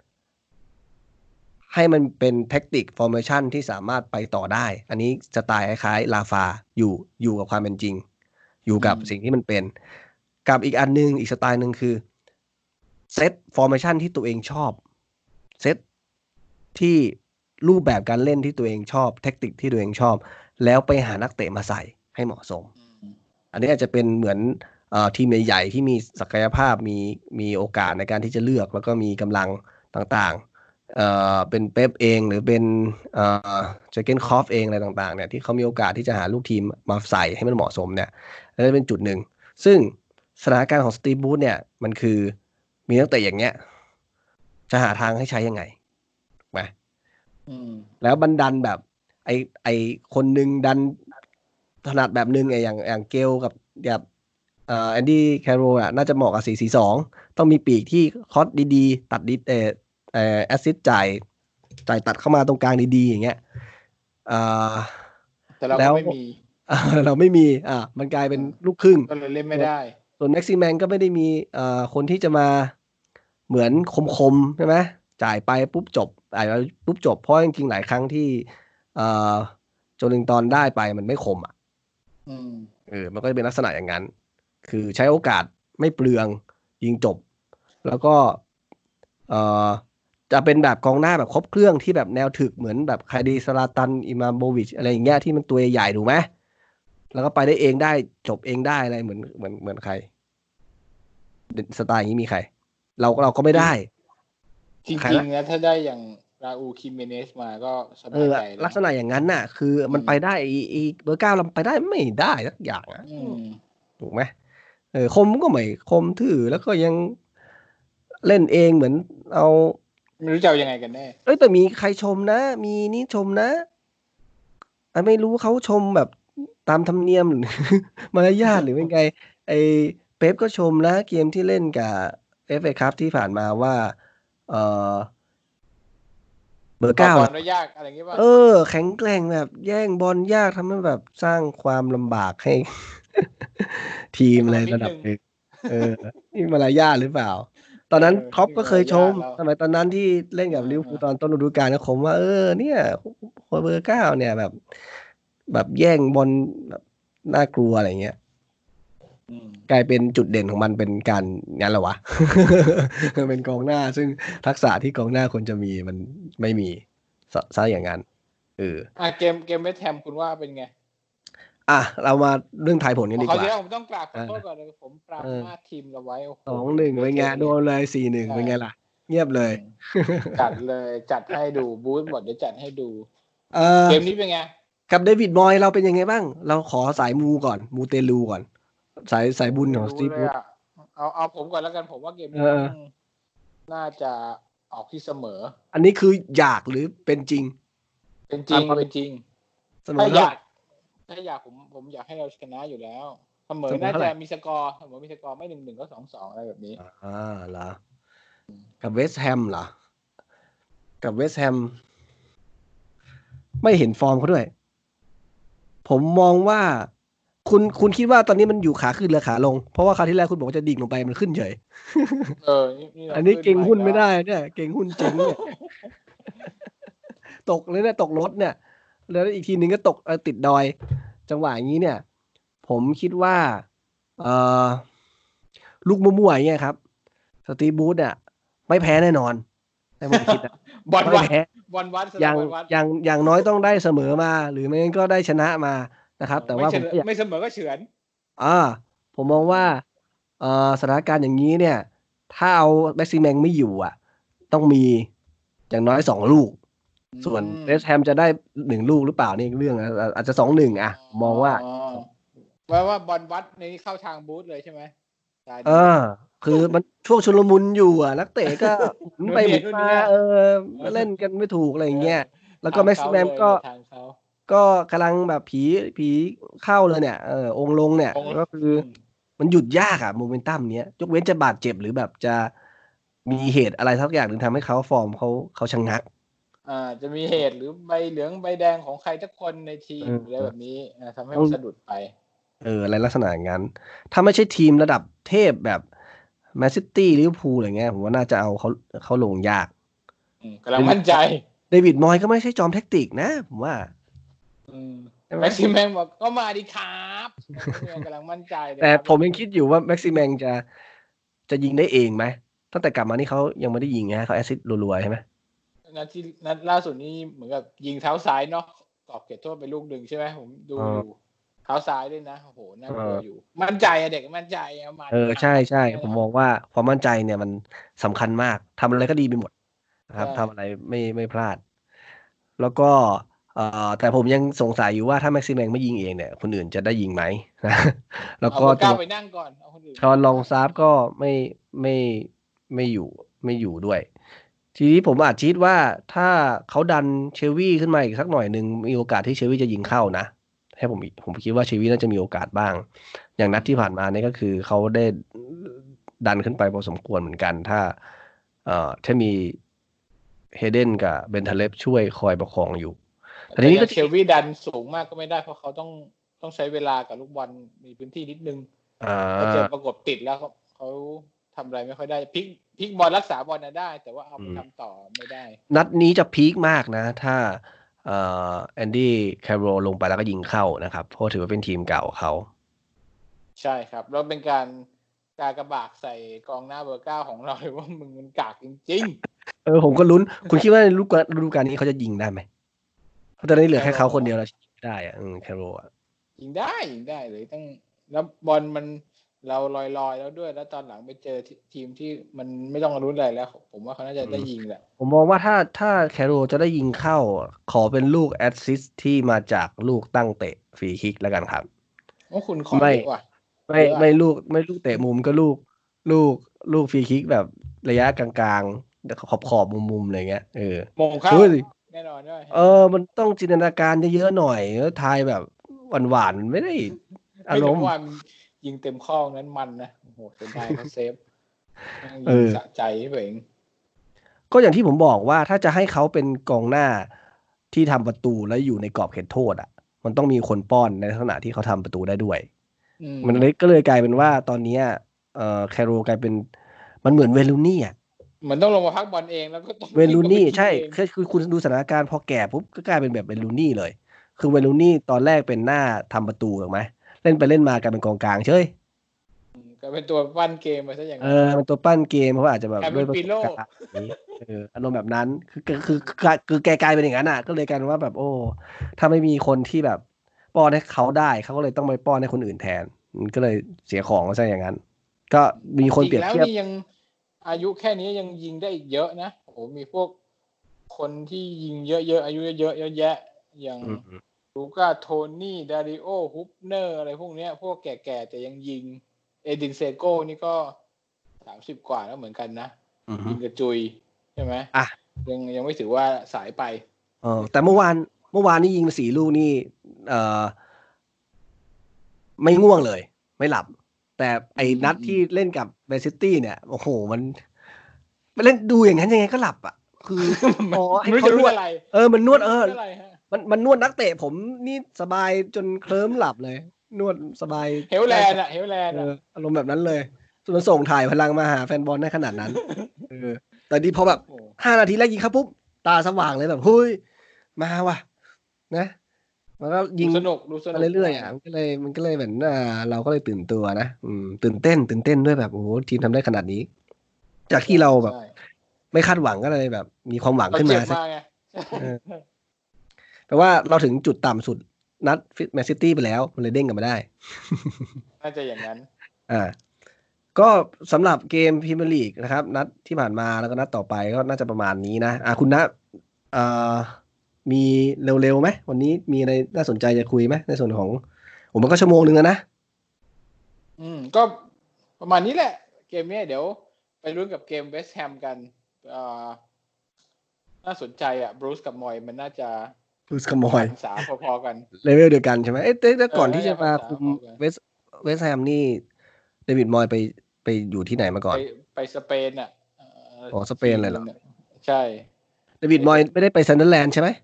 มันเป็นแท็กติกฟอร์เมชันที่สามารถไปต่อได้อันนี้สไตล์คล้ายๆลาฟาอยู่กับความเป็นจริงอยู่กับสิ่งที่มันเป็นกับอีกอันนึงอีกสไตล์หนึ่งคือเซตฟอร์เมชันที่ตัวเองชอบเซตที่รูปแบบการเล่นที่ตัวเองชอบแท็กติกที่ตัวเองชอบแล้วไปหานักเตะมาใส่ให้เหมาะสมอันนี้อาจจะเป็นเหมือนทีมใหญ่ๆที่มีศักยภาพมีโอกาสในการที่จะเลือกแล้วก็มีกำลังต่างๆเป็นเป๊ปเองหรือเป็นเจอร์เกนคลอปเองอะไรต่างๆเนี่ยที่เขามีโอกาสที่จะหาลูกทีมมาใส่ให้มันเหมาะสมเนี่ยนั่นเป็นจุดหนึ่งซึ่งสถานการณ์ของสตีฟบูธเนี่ยมันคือมีนักเตะอย่างเงี้ยจะหาทางให้ใช้ยังไงถูกไหมแล้วบันดันแบบไอคนหนึ่งดันถนัดแบบนึงอย่างเกลกับแอนดี้แคโรน่าจะเหมาะกับ4-4-2ต้องมีปีกที่คอสดีๆตัดดิแอสซิสต์จ่ายตัดเข้ามาตรงกลางดีๆอย่างเงี้ยแต่เราก็ไม่มีเราไม่มีมันกลายเป็นลูกครึ่งก็เลยเล่นไม่ได้ส่วนแม็กซิแมนก็ไม่ได้มีคนที่จะมาเหมือนคมใช่ไหมจ่ายไปปุ๊บจบปุ๊บจบเพราะจริงๆหลายครั้งที่โจลิงตันได้ไปมันไม่คมมันก็จะเป็นลักษณะอย่างนั้นคือใช้โอกาสไม่เปลืองยิงจบแล้วก็จะเป็นแบบกองหน้าแบบครบเครื่องที่แบบแนวถึกเหมือนแบบคาดีสลาตันอิมาโบวิชอะไรอย่างเงี้ยที่มันตัวใหญ่ถูกไหมแล้วก็ไปได้เองได้จบเองได้อะไรเหมือนใครสไตล์อย่างนี้มีใครเราก็ไม่ได้จริงๆนะถ้าได้อย่างราอูคิเมเนสมาก็สบายใจแล้วลักษณะอย่างนั้นน่ะคือมันไปได้อีเบอร์9เราไปได้ไม่ได้สักอย่างถูกไหมคมก็ไม่คมถือแล้วก็ยังเล่นเองเหมือนเอาไม่รู้จะยังไงกันแน่แต่มีใครชมนะมีนี่ชมนะไม่รู้เขาชมแบบตามธรรมเนียมหรือมารยาทหรือเป็นไงไอเป๊ปก็ชมนะเกมที่เล่นกับFA Cupที่ผ่านมาว่าเบอร์9 บอลยากอะไรอย่างงี้ป่ะแข็งแกร่งแบบแย่งบอลยากทำให้แบบสร้างความลำบากให้ทีมเลยระดับนึงนี่มารยาทหรือเปล่าตอนนั้นครอปก็เคยชมสมัยตอนนั้นที่เล่นกับลิเวอร์พูลตอนต้นฤดูกาลก็ชมว่าเนี่ยเบอร์9เนี่ยแบบแย่งบอลแบบน่ากลัวอะไรเงี้ยกลายเป็นจุดเด่นของมันเป็นการงั้นเหรอวะ เป็นกองหน้าซึ่งทักษะที่กองหน้าควรจะมีมันไม่มีซะอย่างนั้นเกมเวสต์แฮมคุณว่าเป็นไงเรามาเรื่องทายผลกันดีกว่าผมต้องกราบขอโทษก่อนเลยผมปรามาสทีมเราไว้ 2-1เป็นไงโดนเลย4-1เป็นไงล่ะเงียบเลยจัดให้ดูบูธหมดเดี๋ยวจัดให้ดูเกมนี้เป็นไงกับเดวิดมอยเราเป็นยังไงบ้างเราขอสายมูก่อนมูเตลูก่อนสายบุญของสตีฟเอาผมก่อนแล้วกันผมว่าเกมนี้น่าจะออกที่เสมออันนี้คืออยากหรือเป็นจริงเป็นจริงถ้าอยากผมอยากให้เราชนะอยู่แล้วเสมอน่าจะมีสกอร์ไม่ 1-1 ก็ 2-2อะไรแบบนี้เหรอกับเวสต์แฮมเหรอกับเวสต์แฮมไม่เห็นฟอร์มเขาด้วยผมมองว่าคุณคิดว่าตอนนี้มันอยู่ขาขึ้นหรือขาลงเพราะว่าคราวที่แล้วคุณบอกว่าจะดิ่งลงไปมันขึ้นเฉยอันนี้เก่งหุ้นไม่ได้เนี่ยเก่งหุ้นจริงเนี่ยตกเลยเนี่ยตกรถเนี่ยแล้วอีกทีนึงก็ตกติดดอยจังหวะอย่างนี้เนี่ยผมคิดว่าลูกมั่วๆอย่างเงี้ยครับสตีฟบูธเนี่ยไม่แพ้แน่นอนในผมคิดบอลวัดอย่างน้อยต้องได้เสมอมาหรือไม่งั้นก็ได้ชนะมานะครับแต่ว่าไม่เสมอก็เฉือนผมมองว่าสถานการณ์อย่างนี้เนี่ยถ้าเอาแม็กซิแมงไม่อยู่ต้องมีอย่างน้อย2 ลูกส่วนเวสต์แฮมจะได้1 ลูกหรือเปล่านี่เรื่องอาจจะ2-1มองว่าบอลวัดในนี้เข้าทางบูธเลยใช่ไหมคือมันช่วงชุลมุนอยู่นักเตะก็ไปหมุนมาเล่นกันไม่ถูกอะไรอย่างเงี้ยแล้วก็แม็กซิแมมก็กำลังแบบผีเข้าเลยเนี่ยองค์ลงเนี่ยก็คือมันหยุดยากโมเมนตัมเนี้ยยกเว้นจะบาดเจ็บหรือแบบจะมีเหตุอะไรสักอย่างหนึ่งทำให้เขาฟอร์มเขาชะงักจะมีเหตุหรือใบเหลืองใบแดงของใครสักคนในทีมอะไรแบบนี้ทำให้มันสะดุดไปอะไรลักษณะอย่างนั้นถ้าไม่ใช่ทีมระดับเทพแบบแมนซิตี้ลิเวอร์พูลอะไรเงี้ยผมว่าน่าจะเอาเขาลงยากกำลังมั่นใจเดวิดมอยก็ไม่ใช่จอมแท็กติกนะผมว่าแม็กซิแมงบอกก็มาดีครับกำลังมั่นใจแต่ผมยังคิดอยู่ว่าแม็กซิแมงจะยิงได้เองไหมตั้งแต่กลับมานี่เขายังไม่ได้ยิงนะเขาแอสซิสต์รัวๆใช่ไหมนัดล่าสุดนี้เหมือนกับยิงเท้าซ้ายเนาะกรอบเขตโทษไปลูกหนึ่งใช่ไหมผมดูอยู่เท้าซ้ายด้วยนะโอ้โหน่ากลัวอยู่มั่นใจเด็กมั่นใจมาใช่ใช่ผมมองว่าความมั่นใจเนี่ยมันสำคัญมากทำอะไรก็ดีไปหมดนะครับทำอะไรไม่พลาดแล้วก็แต่ผมยังสงสัยอยู่ว่าถ้าแม็กซิแมงไม่ยิงเองเนี่ยคนอื่นจะได้ยิงไหมนะแล้วก็ก้าวไปนั่งก่อนเอาคนอื่นชอนลองซาฟก็ไม่ไม่อยู่ด้วยทีนี้ผมอาจคิดว่าถ้าเขาดันเชลวี่ขึ้นมาอีกสักหน่อยหนึ่งมีโอกาสที่เชลวี่จะยิงเข้านะให้ผมคิดว่าเชลวี่น่าจะมีโอกาสบ้างอย่างนัดที่ผ่านมานี่ก็คือเขาได้ดันขึ้นไปพอสมควรเหมือนกันถ้ามีเฮเดนกับเบนทาเลฟช่วยคอยประคองอยู่แต่ทีนี้ก็เชลวี่ดันสูงมากก็ไม่ได้เพราะเขาต้องใช้เวลากับลูกบอลมีพื้นที่นิดนึงพอเจอประกบติดแล้วเขาทำอะไรไม่ค่อยได้พลิกบอลรักษาบอลได้ แต่ว่าเอาไปทำต่อไม่ได้นัดนี้จะพีคมากนะถ้าแอนดี้แคโรลลงไปแล้วก็ยิงเข้านะครับเพราะถือว่าเป็นทีมเก่าเขาใช่ครับแล้วเป็นการกากบากใส่กองหน้าเบอร์ 9ของเราเลยว่ามึงมันกากจริงๆผมก็ลุ้นคุณคิดว่าในฤดูกาลนี้เขาจะยิงได้ไหมเพราะตอนนี้เหลือแค่เขาคนเดียวแล้วยิงได้แคโรยิงได้เลยต้องแล้วบอลมันเราลอยแล้วด้วยแล้วตอนหลังไปเจอทีมที่มันไม่ต้องรุ้นอะไรแล้วผมว่าเขาน่าจะได้ยิงแหละผมมองว่าถ้าแคโรจะได้ยิงเข้าขอเป็นลูกแอสซิสต์ที่มาจากลูกตั้งเตะฟรีคิกแล้วกันครับว่าคุณขอเยอะว่ะไม่ลูกเตะมุมก็ลูกลูกฟรีคิกแบบระยะกลางๆขอบมุมอะไรเงี้ยมงเข้าแน่นอนด้วยมันต้องจินตนาการเยอะๆหน่อยแล้วทายแบบหวานๆไม่ได้อารมณ์ยิงเต็มข้อนั้นมันนะโอ้โหเซนได้เขาเซฟยิงสะใจเองก็อย่างที่ผมบอกว่าถ้าจะให้เขาเป็นกองหน้าที่ทำประตูแล้วอยู่ในกรอบเขตโทษมันต้องมีคนป้อนในลักษณะที่เขาทำประตูได้ด้วยมันก็เลยกลายเป็นว่าตอนนี้แคโรกลายเป็นมันเหมือนเวลูนี่มันต้องลงมาพักบอลเองแล้วก็ต้องเวลูนี่ใช่คือคุณดูสถานการณ์พอแก่ปุ๊บก็กลายเป็นแบบเวลูนี่เลยคือเวลูนี่ตอนแรกเป็นหน้าทำประตูถูกไหมเล่นไปเล่นมากลายเป็นกองกลางเฉยก็เป็นตัวปั้นเกมไปซะอย่างนั้นมันตัวปั้นเกมเพราะอาจจะแบบด้วยประสบการณ์นี้อารมณ์แบบนั้นคือแกกลายเป็นอย่างนั้นก็เลยกลายเป็นว่าแบบโอ้ถ้าไม่มีคนที่แบบป้อนให้เขาได้เขาก็เลยต้องไปป้อนให้คนอื่นแทนมันก็เลยเสียของซะอย่างนั้นก็มีคนเปรียบเทียบแล้วนี่ยังอายุแค่นี้ยังยิงได้อีกเยอะนะโอ้มีพวกคนที่ยิงเยอะๆอายุเยอะๆเยอะแยะอย่างลูก้าโทนี่ดาริโอฮุปเนอร์อะไรพวกเนี้ยพวกแก่ๆแต่ยังยิงเอดินเซโก้นี่ก็30 กว่าแล้วเหมือนกันนะยิงกระจุยใช่ไหมยังไม่ถือว่าสายไปแต่เมื่อวานนี่ยิง4 ลูกนี่ไม่ง่วงเลยไม่หลับแต่ไอ้นัดที่เล่นกับแมนซิตี้เนี่ยโอ้โหมันเล่นดูอย่างนั้นยังไงก็หลับคือให้เขานวดมันนวดมันนวดนักเตะผมนี่สบายจนเคลิ้มหลับเลยนวดสบายเฮลแลนด์อารมณ์แบบนั้นเลยมันส่งถ่ายพลังมาหาแฟนบอลได้ขนาดนั้นแต่ดีพอแบบ5 นาทีแรกยิงครับปุ๊บตาสว่างเลยแบบเฮ้ยมาว่ะนะมันก็ยิงสนุกเรื่อยๆมันก็เลยเหมือนเราก็เลยตื่นตัวนะตื่นเต้นด้วยแบบโอ้โหทีมทำได้ขนาดนี้จากที่เราแบบไม่คาดหวังก็เลยแบบมีความหวังขึ้นมาแปลว่าเราถึงจุดต่ำสุดนัดแมนซิตี้ไปแล้วมันเลยเด้งกลับมาได้น่าจะอย่างนั้นก็สำหรับเกมพรีเมียร์ลีกนะครับนัดที่ผ่านมาแล้วก็นัดต่อไปก็น่าจะประมาณนี้นะคุณนะมีเร็วๆไหมวันนี้มีอะไรน่าสนใจจะคุยไหมในส่วนของมันก็ชั่วโมงนึงแล้วนะก็ประมาณนี้แหละเกมนี้เดี๋ยวไปลุ้นกับเกมเวสต์แฮมกันน่าสนใจบรูซกับมอยมันน่าจะบรูซกับมอยสาพอๆกันเลเวลเดียวกันใช่ไหมแต่ก่อนที่จะมาคุมเวสต์แฮมนี่เดวิดมอยไปอยู่ที่ไหนมาก่อนไปสเปนสเปนเลยเหรอใช่เดวิดมอยไม่ได้ไปซันเดอร์แลนด์ใช่ไหม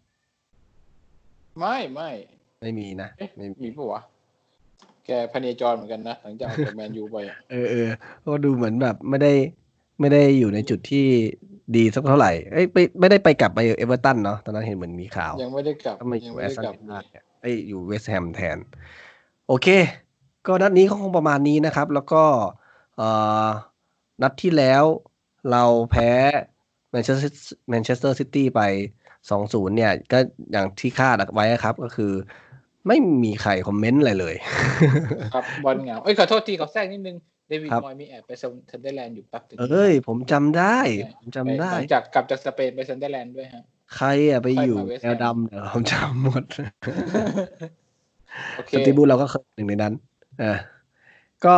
ไม่มีนะไม่มีปะวะแกพเนจรเหมือนกันนะหลังจากออกจากแมนยูไปก็ดูเหมือนแบบไม่ได้อยู่ในจุดที่ดีสักเท่าไหร่ไม่ได้ไปกลับไปเอเวอร์ตันเนาะตอนนั้นเห็นเหมือนมีข่าวยังไม่ได้กลับก็มาอยู่แอสตันวิลล่าอยู่เวสต์แฮมแทนโอเคก็นัดนี้ก็คงประมาณนี้นะครับแล้วก็เอ่อนัดที่แล้วเราแพ้แมนเชสเตอร์ซิตี้ไป2-0เนี่ยก็อย่างที่คาดไว้ครับก็คือไม่มีใครคอมเมนต์อะไรเลยครับบอลเหงาขอโทษทีขอแทรกนิดนึงเดวิดมอยมีแอบไปซันเดอร์แลนด์อยู่แป๊บนึงผมจำได้หลังจากกลับจากสเปนไปซันเดอร์แลนด์ด้วยฮะใครไปอยู่แนวดำเดี๋ยวผมจำหมดสตีบูลเราก็เคยหนึ่งในนั้นก็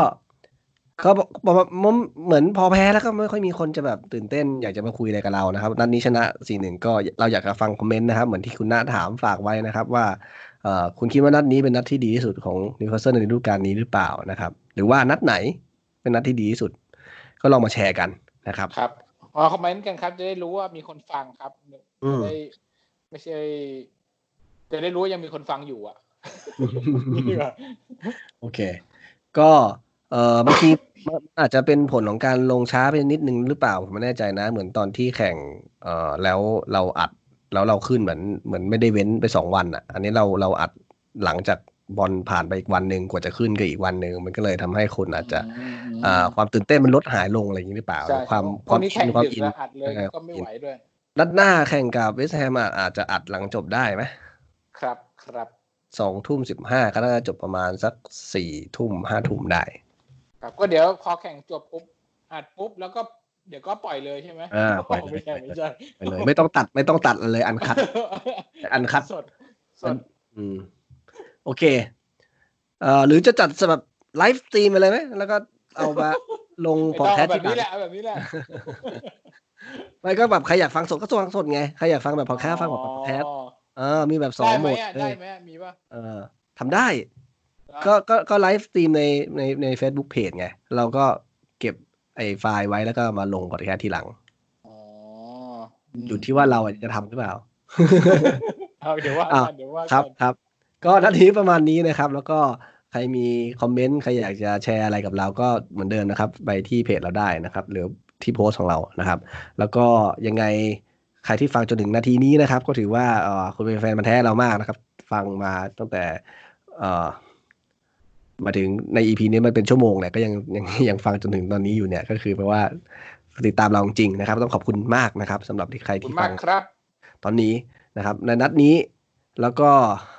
เหมือนพอแพ้แล้วก็ไม่ค่อยมีคนจะแบบตื่นเต้นอยากจะมาคุยอะไรกับเรานะครับนัดนี้ชนะ4-1ก็เราอยากจะฟังคอมเมนต์นะครับเหมือนที่คุณน้าถามฝากไว้นะครับว่าคุณคิดว่านัดนี้เป็นนัดที่ดีที่สุดของนิวคาสเซิลในฤดูกาลนี้หรือเปล่านะครับหรือว่านัดไหนเป็นนัดที่ดีที่สุดก็ลองมาแชร์กันนะครับครับคอมเมนต์กันครับจะได้รู้ว่ามีคนฟังครับได้ไม่ใช่จะได้รู้ว่ายังมีคนฟังอยู่อ่ะโอเคก็บางทีอาจจะเป็นผลของการลงช้าไปนิดนึงหรือเปล่าผมไม่แน่ใจนะเหมือนตอนที่แข่งแล้วเราอัดแล้วเราขึ้นเหมือนไม่ได้เว้นไป2 วันอ่ะอันนี้เราอัดหลังจากบอลผ่านไปอีกวันหนึ่งกว่าจะขึ้นก็อีกวันหนึ่งมันก็เลยทำให้คนอาจจะความตื่นเต้นมันลดหายลงอะไรอย่างนี้หรือเปล่าความอินความอินอัดเลยก็ไม่ไหวด้วยนัดหน้าแข่งกับเวสต์แฮมอาจจะอัดหลังจบได้ไหมครับ 20:15ก็น่าจะจบประมาณสัก4:00-5:00ได้ครับก็เดี๋ยวพอแข่งจบปุ๊บอัดปุ๊บแล้วก็เดี๋ยวก็ปล่อยเลยใช่ไหมปล่อยไม่ใช่ไปเลยไม่ต้องตัดเลยอันคัดสดโอเคหรือจะจัดแบบไลฟ์สตรีมไปเลยไหมแล้วก็เอามาลงพอดแคสต์ที่แบบนี้แหละไม่ก็แบบใครอยากฟังสดก็ฟังสดไงใครอยากฟังแบบพอดแคสต์ฟังแบบพอดแคสต์มีแบบ2 โหมดได้ไหมมีป่ะทำได้ก็ไลฟ์สตรีมใน Facebook Page ไงเราก็เก็บไอ้ไฟล์ไว้แล้วก็มาลงพอดแคสต์ทีหลังอยู่ที่ว่าเราจะทำหรือเปล่าเดี๋ยวว่าครับก็นาทีประมาณนี้นะครับแล้วก็ใครมีคอมเมนต์ใครอยากจะแชร์อะไรกับเราก็เหมือนเดิมนะครับไปที่เพจเราได้นะครับหรือที่โพสต์ของเรานะครับแล้วก็ยังไงใครที่ฟังจนถึงนาทีนี้นะครับก็ถือว่าคุณเป็นแฟนมันแท้เรามากนะครับฟังมาตั้งแต่มาถึงใน EP นี้มันเป็นชั่วโมงแหละก็ยังฟังจนถึงตอนนี้อยู่เนี่ยก็คือแปลว่าติดตามเราจริงนะครับต้องขอบคุณมากนะครับสำหรับใครที่ฟังตอนนี้นะครับในนัดนี้แล้วก็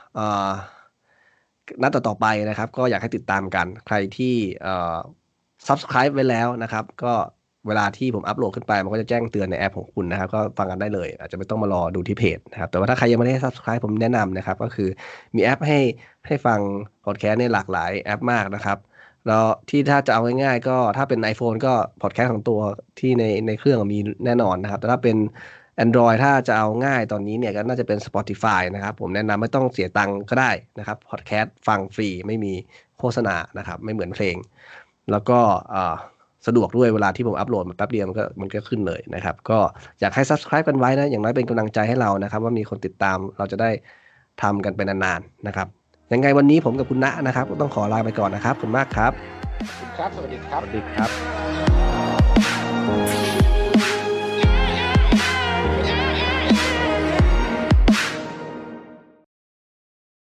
นัดต่อไปนะครับก็อยากให้ติดตามกันใครที่subscribe ไว้แล้วนะครับก็เวลาที่ผมอัปโหลดขึ้นไปมันก็จะแจ้งเตือนในแอปของคุณนะครับก็ฟังกันได้เลยอาจจะไม่ต้องมารอดูที่เพจนะครับแต่ว่าถ้าใครยังไม่ได้ subscribe ผมแนะนำนะครับก็คือมีแอปให้ฟังพอดแคสต์ในหลากหลายแอปมากนะครับแล้วที่ถ้าจะเอาง่ายๆก็ถ้าเป็น iPhone ก็พอดแคสต์ของตัวที่ในเครื่องมีแน่นอนนะครับแต่ถ้าเป็น Android ถ้าจะเอาง่ายตอนนี้เนี่ยก็น่าจะเป็น Spotify นะครับผมแนะนำไม่ต้องเสียตังค์ก็ได้นะครับพอดแคสต์ฟังฟรีไม่มีโฆษณานะครับไม่เหมือนเพลงแล้วก็สะดวกด้วยเวลาที่ผมอัปโหลดมาแป๊บเดียวมันก็ขึ้นเลยนะครับก็อยากให้ subscribe กันไว้นะอย่างน้อยเป็นกำลังใจให้เรานะครับว่ามีคนติดตามเราจะได้ทำกันไปนานๆนะครับยังไงวันนี้ผมกับคุณณะนะครับก็ต้องขอลาไปก่อนนะครับขอบคุณมากครับครับสวัสดีครับสวัสดีครับ